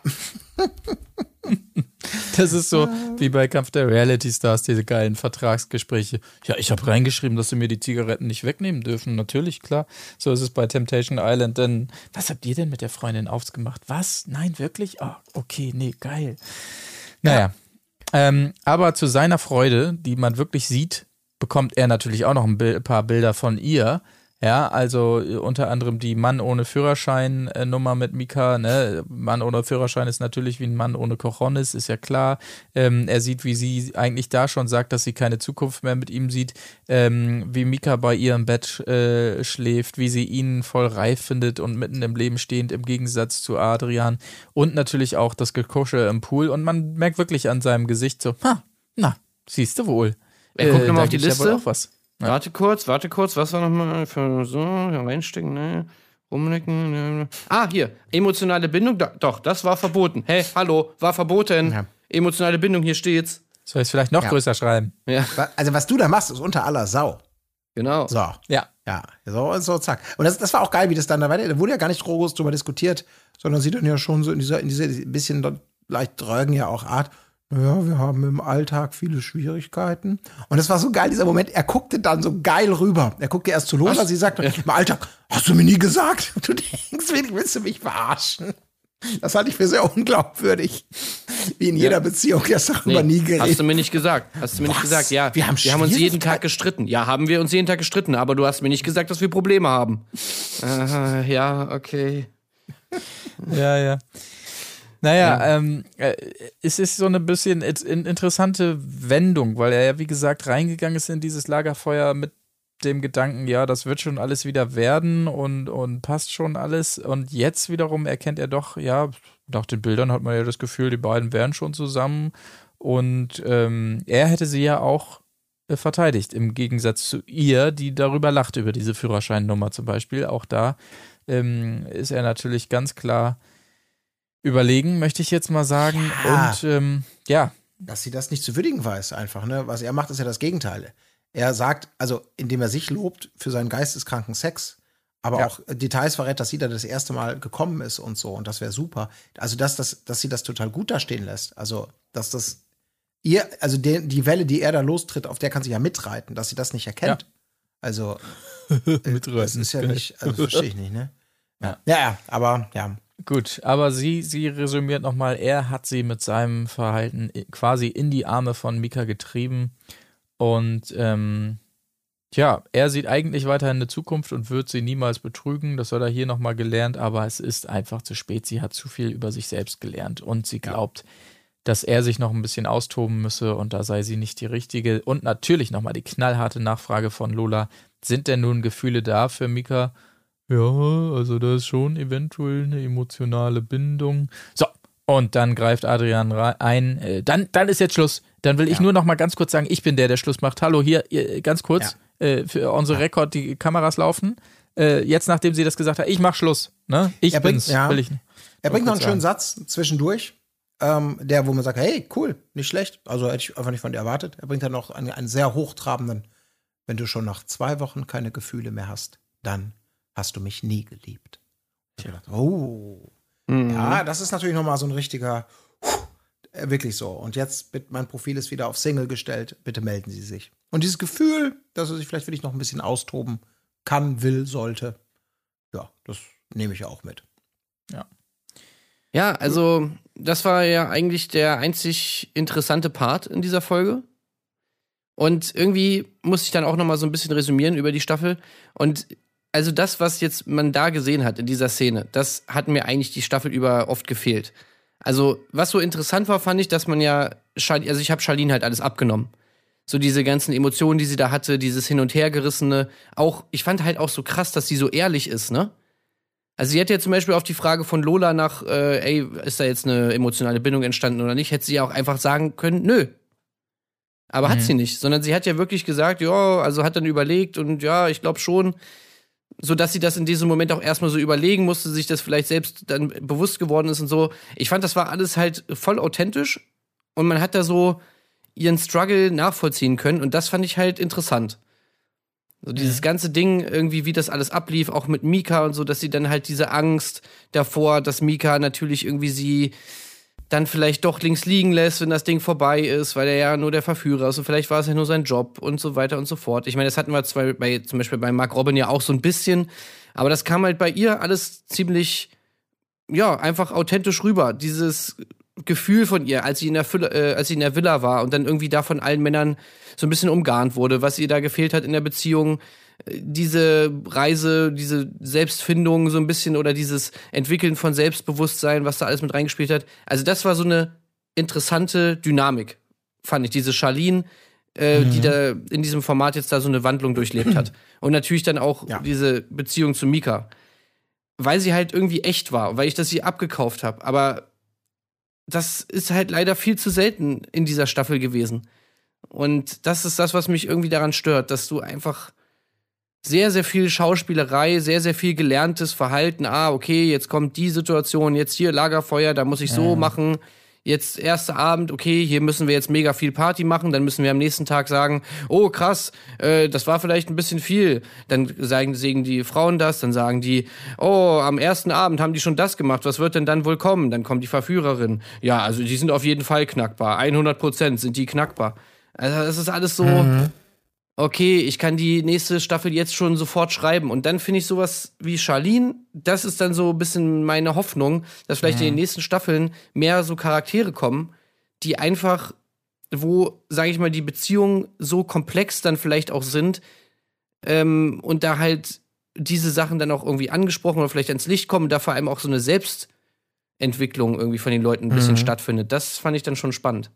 Speaker 2: Das ist so wie bei Kampf der Reality Stars, diese geilen Vertragsgespräche. Ja, ich habe reingeschrieben, dass sie mir die Zigaretten nicht wegnehmen dürfen. Natürlich, klar. So ist es bei Temptation Island. Denn was habt ihr denn mit der Freundin ausgemacht? Was? Nein, wirklich? Ah, okay, nee, geil. Naja. Ähm, aber zu seiner Freude, die man wirklich sieht, bekommt er natürlich auch noch ein Bi- paar Bilder von ihr. Ja, also äh, unter anderem die Mann ohne Führerschein-Nummer mit Mika. Ne? Mann ohne Führerschein ist natürlich wie ein Mann ohne Cojones, ist ja klar. Ähm, er sieht, wie sie eigentlich da schon sagt, dass sie keine Zukunft mehr mit ihm sieht. Ähm, wie Mika bei ihr im Bett äh, schläft, wie sie ihn voll reif findet und mitten im Leben stehend im Gegensatz zu Adrian. Und natürlich auch das Gekuschel im Pool. Und man merkt wirklich an seinem Gesicht so, ha, na, siehst du wohl.
Speaker 1: Wer guckt
Speaker 2: Äh,
Speaker 1: nochmal
Speaker 2: da
Speaker 1: auf die
Speaker 2: gibt's ja wohl
Speaker 1: Liste?
Speaker 2: auch was. Ja.
Speaker 1: Warte kurz, warte kurz, was war nochmal für so, ja, reinstecken, ne? Rumnicken, ne? Ah, hier, emotionale Bindung, da, doch, das war verboten. Hey, hallo, war verboten.
Speaker 6: Ja.
Speaker 1: Emotionale Bindung, hier steht's.
Speaker 2: Soll ich es vielleicht noch
Speaker 6: Ja.
Speaker 2: größer schreiben?
Speaker 1: Ja,
Speaker 6: Also, was du da machst, ist unter aller Sau.
Speaker 1: genau.
Speaker 6: So.
Speaker 2: Ja.
Speaker 6: Ja, so und so, zack. Und das, das war auch geil, wie das dann da weiter. Da wurde ja gar nicht groß drüber diskutiert, sondern sie dann ja schon so in dieser, in dieser bisschen leicht drögen ja auch Art. Naja, wir haben im Alltag viele Schwierigkeiten. Und das war so geil, dieser Moment. Er guckte dann so geil rüber. Er guckte erst zu Lola,
Speaker 1: Was?
Speaker 6: sie sagte, im Alltag, hast du mir nie gesagt? Und du denkst, wirklich, willst du mich verarschen? Das halte ich für sehr unglaubwürdig. Wie in jeder
Speaker 1: Ja.
Speaker 6: Beziehung, das darüber
Speaker 1: Nee,
Speaker 6: nie geredet.
Speaker 1: hast du mir nicht gesagt. Hast du mir nicht
Speaker 6: Was?
Speaker 1: gesagt. Ja,
Speaker 6: Wir haben
Speaker 1: wir haben uns jeden
Speaker 6: Schwierigkeiten?
Speaker 1: Tag gestritten. Ja, haben wir uns jeden Tag gestritten, aber du hast mir nicht gesagt, dass wir Probleme haben. Äh, ja, okay.
Speaker 2: Ja, ja. Naja, ähm, äh, es ist so eine bisschen in- in- interessante Wendung, weil er ja, wie gesagt, reingegangen ist in dieses Lagerfeuer mit dem Gedanken, ja, das wird schon alles wieder werden und, und passt schon alles. Und jetzt wiederum erkennt er doch, ja, nach den Bildern hat man ja das Gefühl, die beiden wären schon zusammen. Und ähm, er hätte sie ja auch äh, verteidigt, im Gegensatz zu ihr, die darüber lacht, über diese Führerscheinnummer zum Beispiel. Auch da ähm, ist er natürlich ganz klar überlegen, möchte ich jetzt mal sagen.
Speaker 6: Ja.
Speaker 2: Und ähm, ja,
Speaker 6: Dass sie das nicht zu würdigen weiß, einfach, ne? Was er macht, ist ja das Gegenteil. Er sagt, also, indem er sich lobt für seinen geisteskranken Sex, aber
Speaker 2: Ja.
Speaker 6: auch Details verrät, dass sie da das erste Mal gekommen ist und so, und das wäre super. Also, dass, dass, dass sie das total gut dastehen lässt. Also, dass das ihr, also die, die Welle, die er da lostritt, auf der kann sie ja mitreiten, dass sie das nicht erkennt.
Speaker 2: Ja.
Speaker 6: Also, äh,
Speaker 2: Mitreiten,
Speaker 6: das ist ja
Speaker 2: geil.
Speaker 6: nicht, also verstehe ich nicht, ne?
Speaker 2: Ja.
Speaker 6: Ja, ja, aber ja.
Speaker 2: gut. Aber sie, sie resümiert nochmal, er hat sie mit seinem Verhalten quasi in die Arme von Mika getrieben. Und ähm, tja, er sieht eigentlich weiterhin eine Zukunft und wird sie niemals betrügen. Das hat er hier nochmal gelernt, aber es ist einfach zu spät. Sie hat zu viel über sich selbst gelernt und sie glaubt, dass er sich noch ein bisschen austoben müsse und da sei sie nicht die Richtige. Und natürlich nochmal die knallharte Nachfrage von Lola. Sind denn nun Gefühle da für Mika? Ja, also da ist schon eventuell eine emotionale Bindung. So, und dann greift Adrian rei- ein. Äh, dann, dann ist jetzt Schluss. Dann will ich
Speaker 6: Ja.
Speaker 2: nur noch mal ganz kurz sagen, ich bin der, der Schluss macht. Hallo, hier, ihr, ganz kurz, äh, für unsere Rekord, die Kameras laufen. Äh, jetzt, nachdem sie das gesagt hat, ich mach Schluss. Ne? Ich
Speaker 6: Er bringt-
Speaker 2: bin's,
Speaker 6: ja.
Speaker 2: will ich.
Speaker 6: Er bringt noch einen
Speaker 2: kurz
Speaker 6: schönen Satz zwischendurch, ähm, der, wo man sagt, hey, cool, nicht schlecht. Also hätte ich einfach nicht von dir erwartet. Er bringt dann noch einen, einen sehr hochtrabenden, wenn du schon nach zwei Wochen keine Gefühle mehr hast, dann hast du mich nie geliebt. Ich hab gedacht, oh,
Speaker 1: Mhm.
Speaker 6: ja, das ist natürlich noch mal so ein richtiger, äh, wirklich so. Und jetzt, bitte, mein Profil ist wieder auf Single gestellt, bitte melden Sie sich. Und dieses Gefühl, dass er sich vielleicht wirklich noch ein bisschen austoben kann, will, sollte, ja, das nehme ich auch mit.
Speaker 1: Ja, also das war ja eigentlich der einzig interessante Part in dieser Folge. Und irgendwie muss ich dann auch noch mal so ein bisschen resümieren über die Staffel. Und also das, was jetzt man da gesehen hat in dieser Szene, das hat mir eigentlich die Staffel über oft gefehlt. Also was so interessant war, fand ich, dass man ja, Charl- also ich habe Charlene halt alles abgenommen. So diese ganzen Emotionen, die sie da hatte, dieses Hin- und Hergerissene. Auch, ich fand halt auch so krass, dass sie so ehrlich ist, ne? Also sie hätte ja zum Beispiel auf die Frage von Lola nach, äh, ey, ist da jetzt eine emotionale Bindung entstanden oder nicht, hätte sie ja auch einfach sagen können, nö. Aber hat
Speaker 2: Mhm.
Speaker 1: sie nicht, sondern sie hat ja wirklich gesagt, ja, also hat dann überlegt und ja, ich glaube schon, so dass sie das in diesem Moment auch erstmal so überlegen musste, sich das vielleicht selbst dann bewusst geworden ist und so. Ich fand, das war alles halt voll authentisch und man hat da so ihren Struggle nachvollziehen können und das fand ich halt interessant. So dieses ganze Ding, irgendwie, wie das alles ablief, auch mit Mika und so, dass sie dann halt diese Angst davor, dass Mika natürlich irgendwie sie dann vielleicht doch links liegen lässt, wenn das Ding vorbei ist, weil er ja nur der Verführer ist und vielleicht war es ja nur sein Job und so weiter und so fort. Ich meine, das hatten wir zwar bei, zum Beispiel bei Mark Robin ja auch so ein bisschen, aber das kam halt bei ihr alles ziemlich, ja, einfach authentisch rüber. Dieses Gefühl von ihr, als sie in der, Fülle, äh, als sie in der Villa war und dann irgendwie da von allen Männern so ein bisschen umgarnt wurde, was ihr da gefehlt hat in der Beziehung, äh, diese Reise, diese Selbstfindung so ein bisschen oder dieses Entwickeln von Selbstbewusstsein, was da alles mit reingespielt hat. Also das war so eine interessante Dynamik, fand ich. Diese Charlene, äh,
Speaker 6: Mhm.
Speaker 1: die da in diesem Format jetzt da so eine Wandlung durchlebt hat. Und natürlich dann auch
Speaker 6: Ja.
Speaker 1: diese Beziehung zu Mika. Weil sie halt irgendwie echt war, weil ich das sie abgekauft habe. Aber das ist halt leider viel zu selten in dieser Staffel gewesen. Und das ist das, was mich irgendwie daran stört, dass du einfach sehr, sehr viel Schauspielerei, sehr, sehr viel gelerntes Verhalten. Ah, okay, jetzt kommt die Situation, jetzt hier Lagerfeuer, da muss ich so
Speaker 2: Mhm.
Speaker 1: machen. Jetzt erster Abend, okay, hier müssen wir jetzt mega viel Party machen. Dann müssen wir am nächsten Tag sagen, oh krass, äh, das war vielleicht ein bisschen viel. Dann sagen, sagen die Frauen das, dann sagen die, oh, am ersten Abend haben die schon das gemacht. Was wird denn dann wohl kommen? Dann kommt die Verführerin. Ja, also die sind auf jeden Fall knackbar. hundert Prozent sind die knackbar. Also das ist alles so,
Speaker 6: Mhm.
Speaker 1: okay, ich kann die nächste Staffel jetzt schon sofort schreiben. Und dann finde ich sowas wie Charlene, das ist dann so ein bisschen meine Hoffnung, dass vielleicht in den nächsten Staffeln mehr so Charaktere kommen, die einfach, wo, sage ich mal, die Beziehungen so komplex dann vielleicht auch sind, ähm, und da halt diese Sachen dann auch irgendwie angesprochen oder vielleicht ans Licht kommen, da vor allem auch so eine Selbstentwicklung irgendwie von den Leuten ein bisschen
Speaker 6: Mhm.
Speaker 1: stattfindet. Das fand ich dann schon spannend.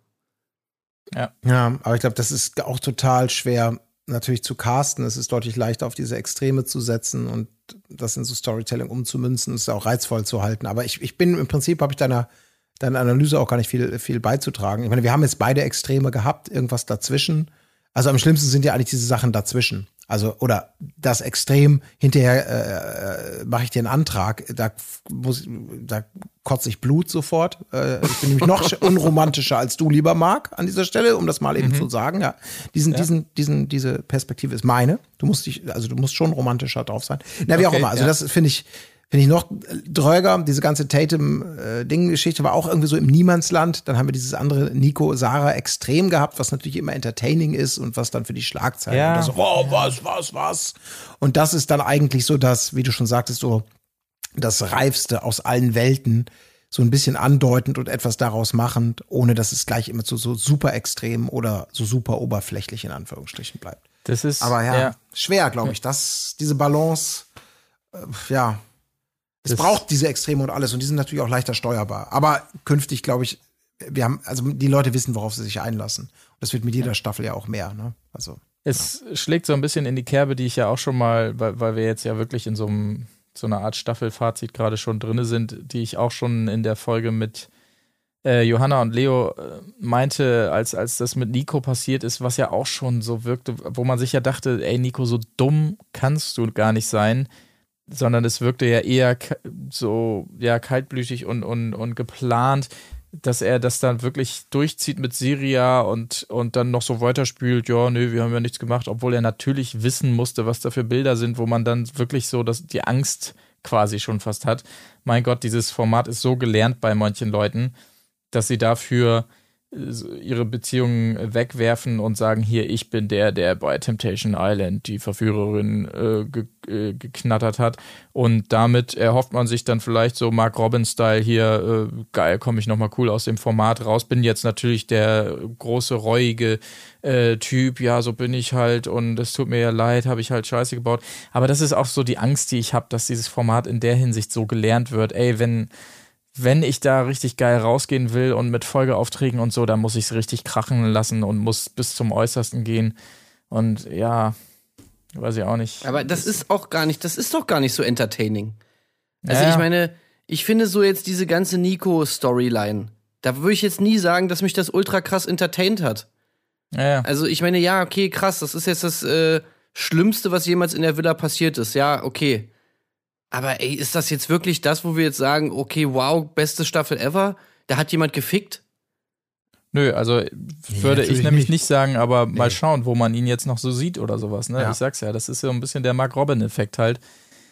Speaker 6: Ja, aber ich glaube, das ist auch total schwer natürlich zu casten. Es ist deutlich leichter, auf diese Extreme zu setzen und das in so Storytelling umzumünzen. Es ist auch reizvoll zu halten. Aber ich, ich bin im Prinzip, habe ich deiner, deiner Analyse auch gar nicht viel, viel beizutragen. Ich meine, wir haben jetzt beide Extreme gehabt, irgendwas dazwischen. Also am schlimmsten sind ja eigentlich diese Sachen dazwischen. Also, oder das Extrem, hinterher äh, mache ich dir einen Antrag, da muss da kotze ich Blut sofort. Äh, ich bin nämlich noch unromantischer als du, lieber Marc, an dieser Stelle, um das mal eben zu sagen. Ja, diesen,
Speaker 2: Ja.
Speaker 6: diesen, diesen, diese Perspektive ist meine. Du musst dich, also du musst schon romantischer drauf sein. Na, wie auch
Speaker 1: Okay,
Speaker 6: immer. Also
Speaker 1: ja.
Speaker 6: das finde ich, finde ich noch dröger. Diese ganze Tatum-Ding-Geschichte war auch irgendwie so im Niemandsland. Dann haben wir dieses andere Nico-Sarah-Extrem gehabt, was natürlich immer entertaining ist und was dann für die Schlagzeilen.
Speaker 2: Ja.
Speaker 6: Und das, oh, was, was, was. Und das ist dann eigentlich so das, wie du schon sagtest, so das Reifste aus allen Welten, so ein bisschen andeutend und etwas daraus machend, ohne dass es gleich immer zu so super extrem oder so super oberflächlich in Anführungsstrichen bleibt.
Speaker 2: Das ist,
Speaker 6: Aber ja,
Speaker 2: ja.
Speaker 6: schwer, glaube ich, dass diese Balance, äh, ja, es
Speaker 2: Das-
Speaker 6: braucht diese Extreme und alles und die sind natürlich auch leichter steuerbar. Aber künftig, glaube ich, wir haben, also die Leute wissen, worauf sie sich einlassen. Und das wird mit jeder Staffel ja auch mehr, ne? Also.
Speaker 2: Es schlägt so ein bisschen in die Kerbe, die ich ja auch schon mal, weil, weil wir jetzt ja wirklich in so einem so einer Art Staffelfazit gerade schon drinne sind, die ich auch schon in der Folge mit äh, Johanna und Leo äh, meinte, als, als das mit Nico passiert ist, was ja auch schon so wirkte, wo man sich ja dachte, ey Nico, so dumm kannst du gar nicht sein, sondern es wirkte ja eher ka- so ja kaltblütig und, und, und geplant, dass er das dann wirklich durchzieht mit Syria und, und dann noch so weiterspielt, ja, nö, wir haben ja nichts gemacht, obwohl er natürlich wissen musste, was da für Bilder sind, wo man dann wirklich so das, die Angst quasi schon fast hat. Mein Gott, dieses Format ist so gelernt bei manchen Leuten, dass sie dafür äh, ihre Beziehungen wegwerfen und sagen, hier, ich bin der, der bei Temptation Island die Verführerin äh, ge äh, geknattert hat. Und damit erhofft man sich dann vielleicht so Mark Robin-Style hier, äh, geil, komme ich nochmal cool aus dem Format raus. Bin jetzt natürlich der große, reuige äh, Typ, ja, so bin ich halt und es tut mir ja leid, habe ich halt Scheiße gebaut. Aber das ist auch so die Angst, die ich habe, dass dieses Format in der Hinsicht so gelernt wird. Ey, wenn wenn ich da richtig geil rausgehen will und mit Folgeaufträgen und so, dann muss ich es richtig krachen lassen und muss bis zum Äußersten gehen. Und ja, weiß ich auch nicht.
Speaker 1: Aber das ist auch gar nicht, das ist doch gar nicht so entertaining. Also
Speaker 2: Ja.
Speaker 1: ich meine, ich finde so jetzt diese ganze Nico-Storyline, da würde ich jetzt nie sagen, dass mich das ultra krass entertained hat.
Speaker 2: Ja, ja.
Speaker 1: Also ich meine, ja, okay, krass, das ist jetzt das äh, Schlimmste, was jemals in der Villa passiert ist. Ja, okay. Aber ey, ist das jetzt wirklich das, wo wir jetzt sagen, okay, wow, beste Staffel ever? Da hat jemand gefickt?
Speaker 2: Nö, also würde ich
Speaker 6: natürlich
Speaker 2: nämlich
Speaker 6: nicht.
Speaker 2: nicht sagen, aber mal
Speaker 6: Nee.
Speaker 2: schauen, wo man ihn jetzt noch so sieht oder sowas. Ne?
Speaker 6: Ja.
Speaker 2: Ich sag's ja, das ist so ein bisschen der Mark Robin-Effekt halt.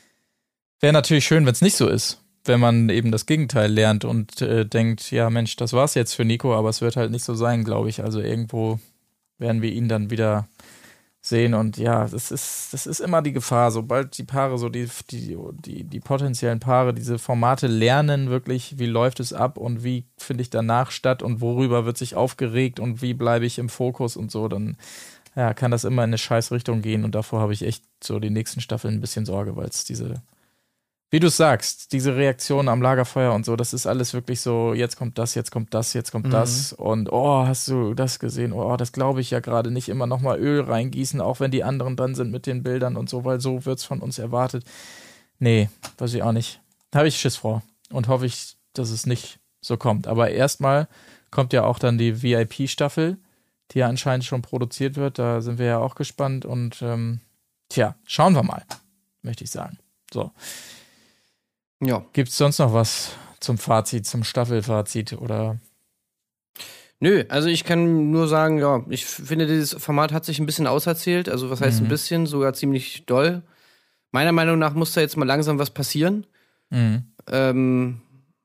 Speaker 2: Wäre natürlich schön, wenn es nicht so ist. Wenn man eben das Gegenteil lernt und äh, denkt, ja Mensch, das war's jetzt für Nico, aber es wird halt nicht so sein, glaube ich. Also irgendwo werden wir ihn dann wieder sehen und ja, das ist, das ist immer die Gefahr, sobald die Paare, so die, die, die, die potenziellen Paare diese Formate lernen, wirklich, wie läuft es ab und wie finde ich danach statt und worüber wird sich aufgeregt und wie bleibe ich im Fokus und so, dann ja, kann das immer in eine scheiß Richtung gehen und davor habe ich echt so die nächsten Staffeln ein bisschen Sorge, weil es diese, wie du sagst, diese Reaktionen am Lagerfeuer und so, das ist alles wirklich so, jetzt kommt das, jetzt kommt das, jetzt kommt
Speaker 6: Mhm.
Speaker 2: das und oh, hast du das gesehen? Oh, das glaube ich ja gerade nicht. Immer nochmal Öl reingießen, auch wenn die anderen dran sind mit den Bildern und so, weil so wird's von uns erwartet. Nee, weiß ich auch nicht. Habe ich Schiss vor und hoffe ich, dass es nicht so kommt. Aber erstmal kommt ja auch dann die V I P-Staffel, die ja anscheinend schon produziert wird. Da sind wir ja auch gespannt und ähm, tja, schauen wir mal, möchte ich sagen. So.
Speaker 1: Ja.
Speaker 2: Gibt es sonst noch was zum Fazit, zum Staffelfazit oder?
Speaker 1: Nö, also ich kann nur sagen, ja, ich finde, dieses Format hat sich ein bisschen auserzählt. Also was heißt
Speaker 2: Mhm.
Speaker 1: ein bisschen? Sogar ziemlich doll. Meiner Meinung nach muss da jetzt mal langsam was passieren.
Speaker 2: Mhm.
Speaker 1: Ähm,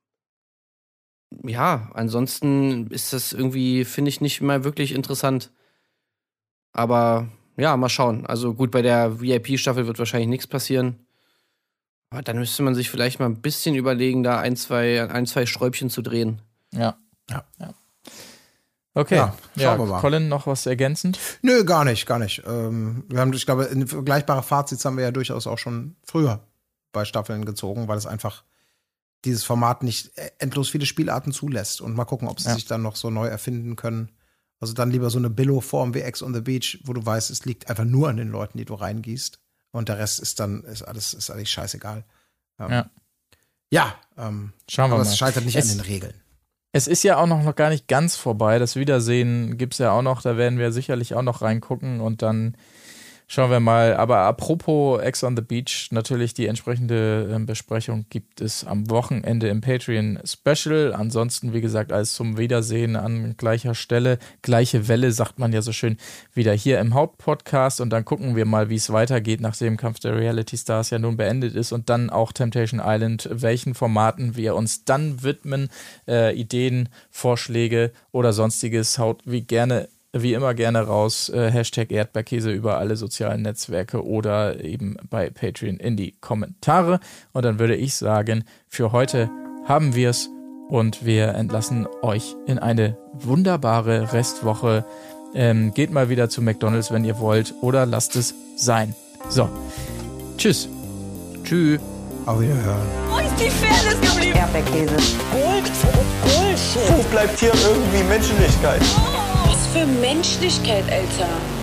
Speaker 1: ja, ansonsten ist das irgendwie, finde ich, nicht mal wirklich interessant. Aber ja, mal schauen. Also gut, bei der V I P-Staffel wird wahrscheinlich nichts passieren. Aber dann müsste man sich vielleicht mal ein bisschen überlegen, da ein, zwei, ein, zwei Sträubchen zu drehen.
Speaker 2: Ja.
Speaker 6: Ja.
Speaker 2: ja. Okay.
Speaker 6: Ja, schauen wir mal.
Speaker 2: Colin, noch was ergänzend?
Speaker 6: Nö, gar nicht, gar nicht. Ähm, wir haben, ich glaube, in vergleichbare Fazits haben wir ja durchaus auch schon früher bei Staffeln gezogen, weil es einfach dieses Format nicht endlos viele Spielarten zulässt. Und mal gucken, ob sie
Speaker 2: Ja.
Speaker 6: sich dann noch so neu erfinden können. Also dann lieber so eine Billo-Form wie Ex on the Beach, wo du weißt, es liegt einfach nur an den Leuten, die du reingießt. Und der Rest ist dann, ist alles, ist eigentlich scheißegal. Ähm,
Speaker 2: Ja.
Speaker 6: Ja, ähm,
Speaker 2: Schauen wir
Speaker 6: aber
Speaker 2: mal.
Speaker 6: es scheitert nicht
Speaker 2: Es-
Speaker 6: an den Regeln.
Speaker 2: Es ist ja auch noch, noch gar nicht ganz vorbei. Das Wiedersehen gibt es ja auch noch. Da werden wir sicherlich auch noch reingucken und dann schauen wir mal. Aber apropos Ex on the Beach, natürlich die entsprechende äh, Besprechung gibt es am Wochenende im Patreon Special. Ansonsten, wie gesagt, alles zum Wiedersehen an gleicher Stelle. Gleiche Welle, sagt man ja so schön, wieder hier im Hauptpodcast. Und dann gucken wir mal, wie es weitergeht, nachdem Kampf der Reality Stars ja nun beendet ist. Und dann auch Temptation Island, welchen Formaten wir uns dann widmen. Äh, Ideen, Vorschläge oder sonstiges, haut wie gerne wie immer gerne raus, äh, Hashtag Erdbeerkäse über alle sozialen Netzwerke oder eben bei Patreon in die Kommentare. Und dann würde ich sagen, für heute haben wir es und wir entlassen euch in eine wunderbare Restwoche. Ähm, geht mal wieder zu McDonald's, wenn ihr wollt, oder lasst es sein. So, tschüss.
Speaker 1: Tschüss.
Speaker 6: Auf Wiederhören.
Speaker 3: Wo ist die Fairness geblieben?
Speaker 4: Erdbeerkäse.
Speaker 3: Gold, Bullshit.
Speaker 5: Wo bleibt hier irgendwie Menschlichkeit?
Speaker 3: Was für Menschlichkeit, Alter.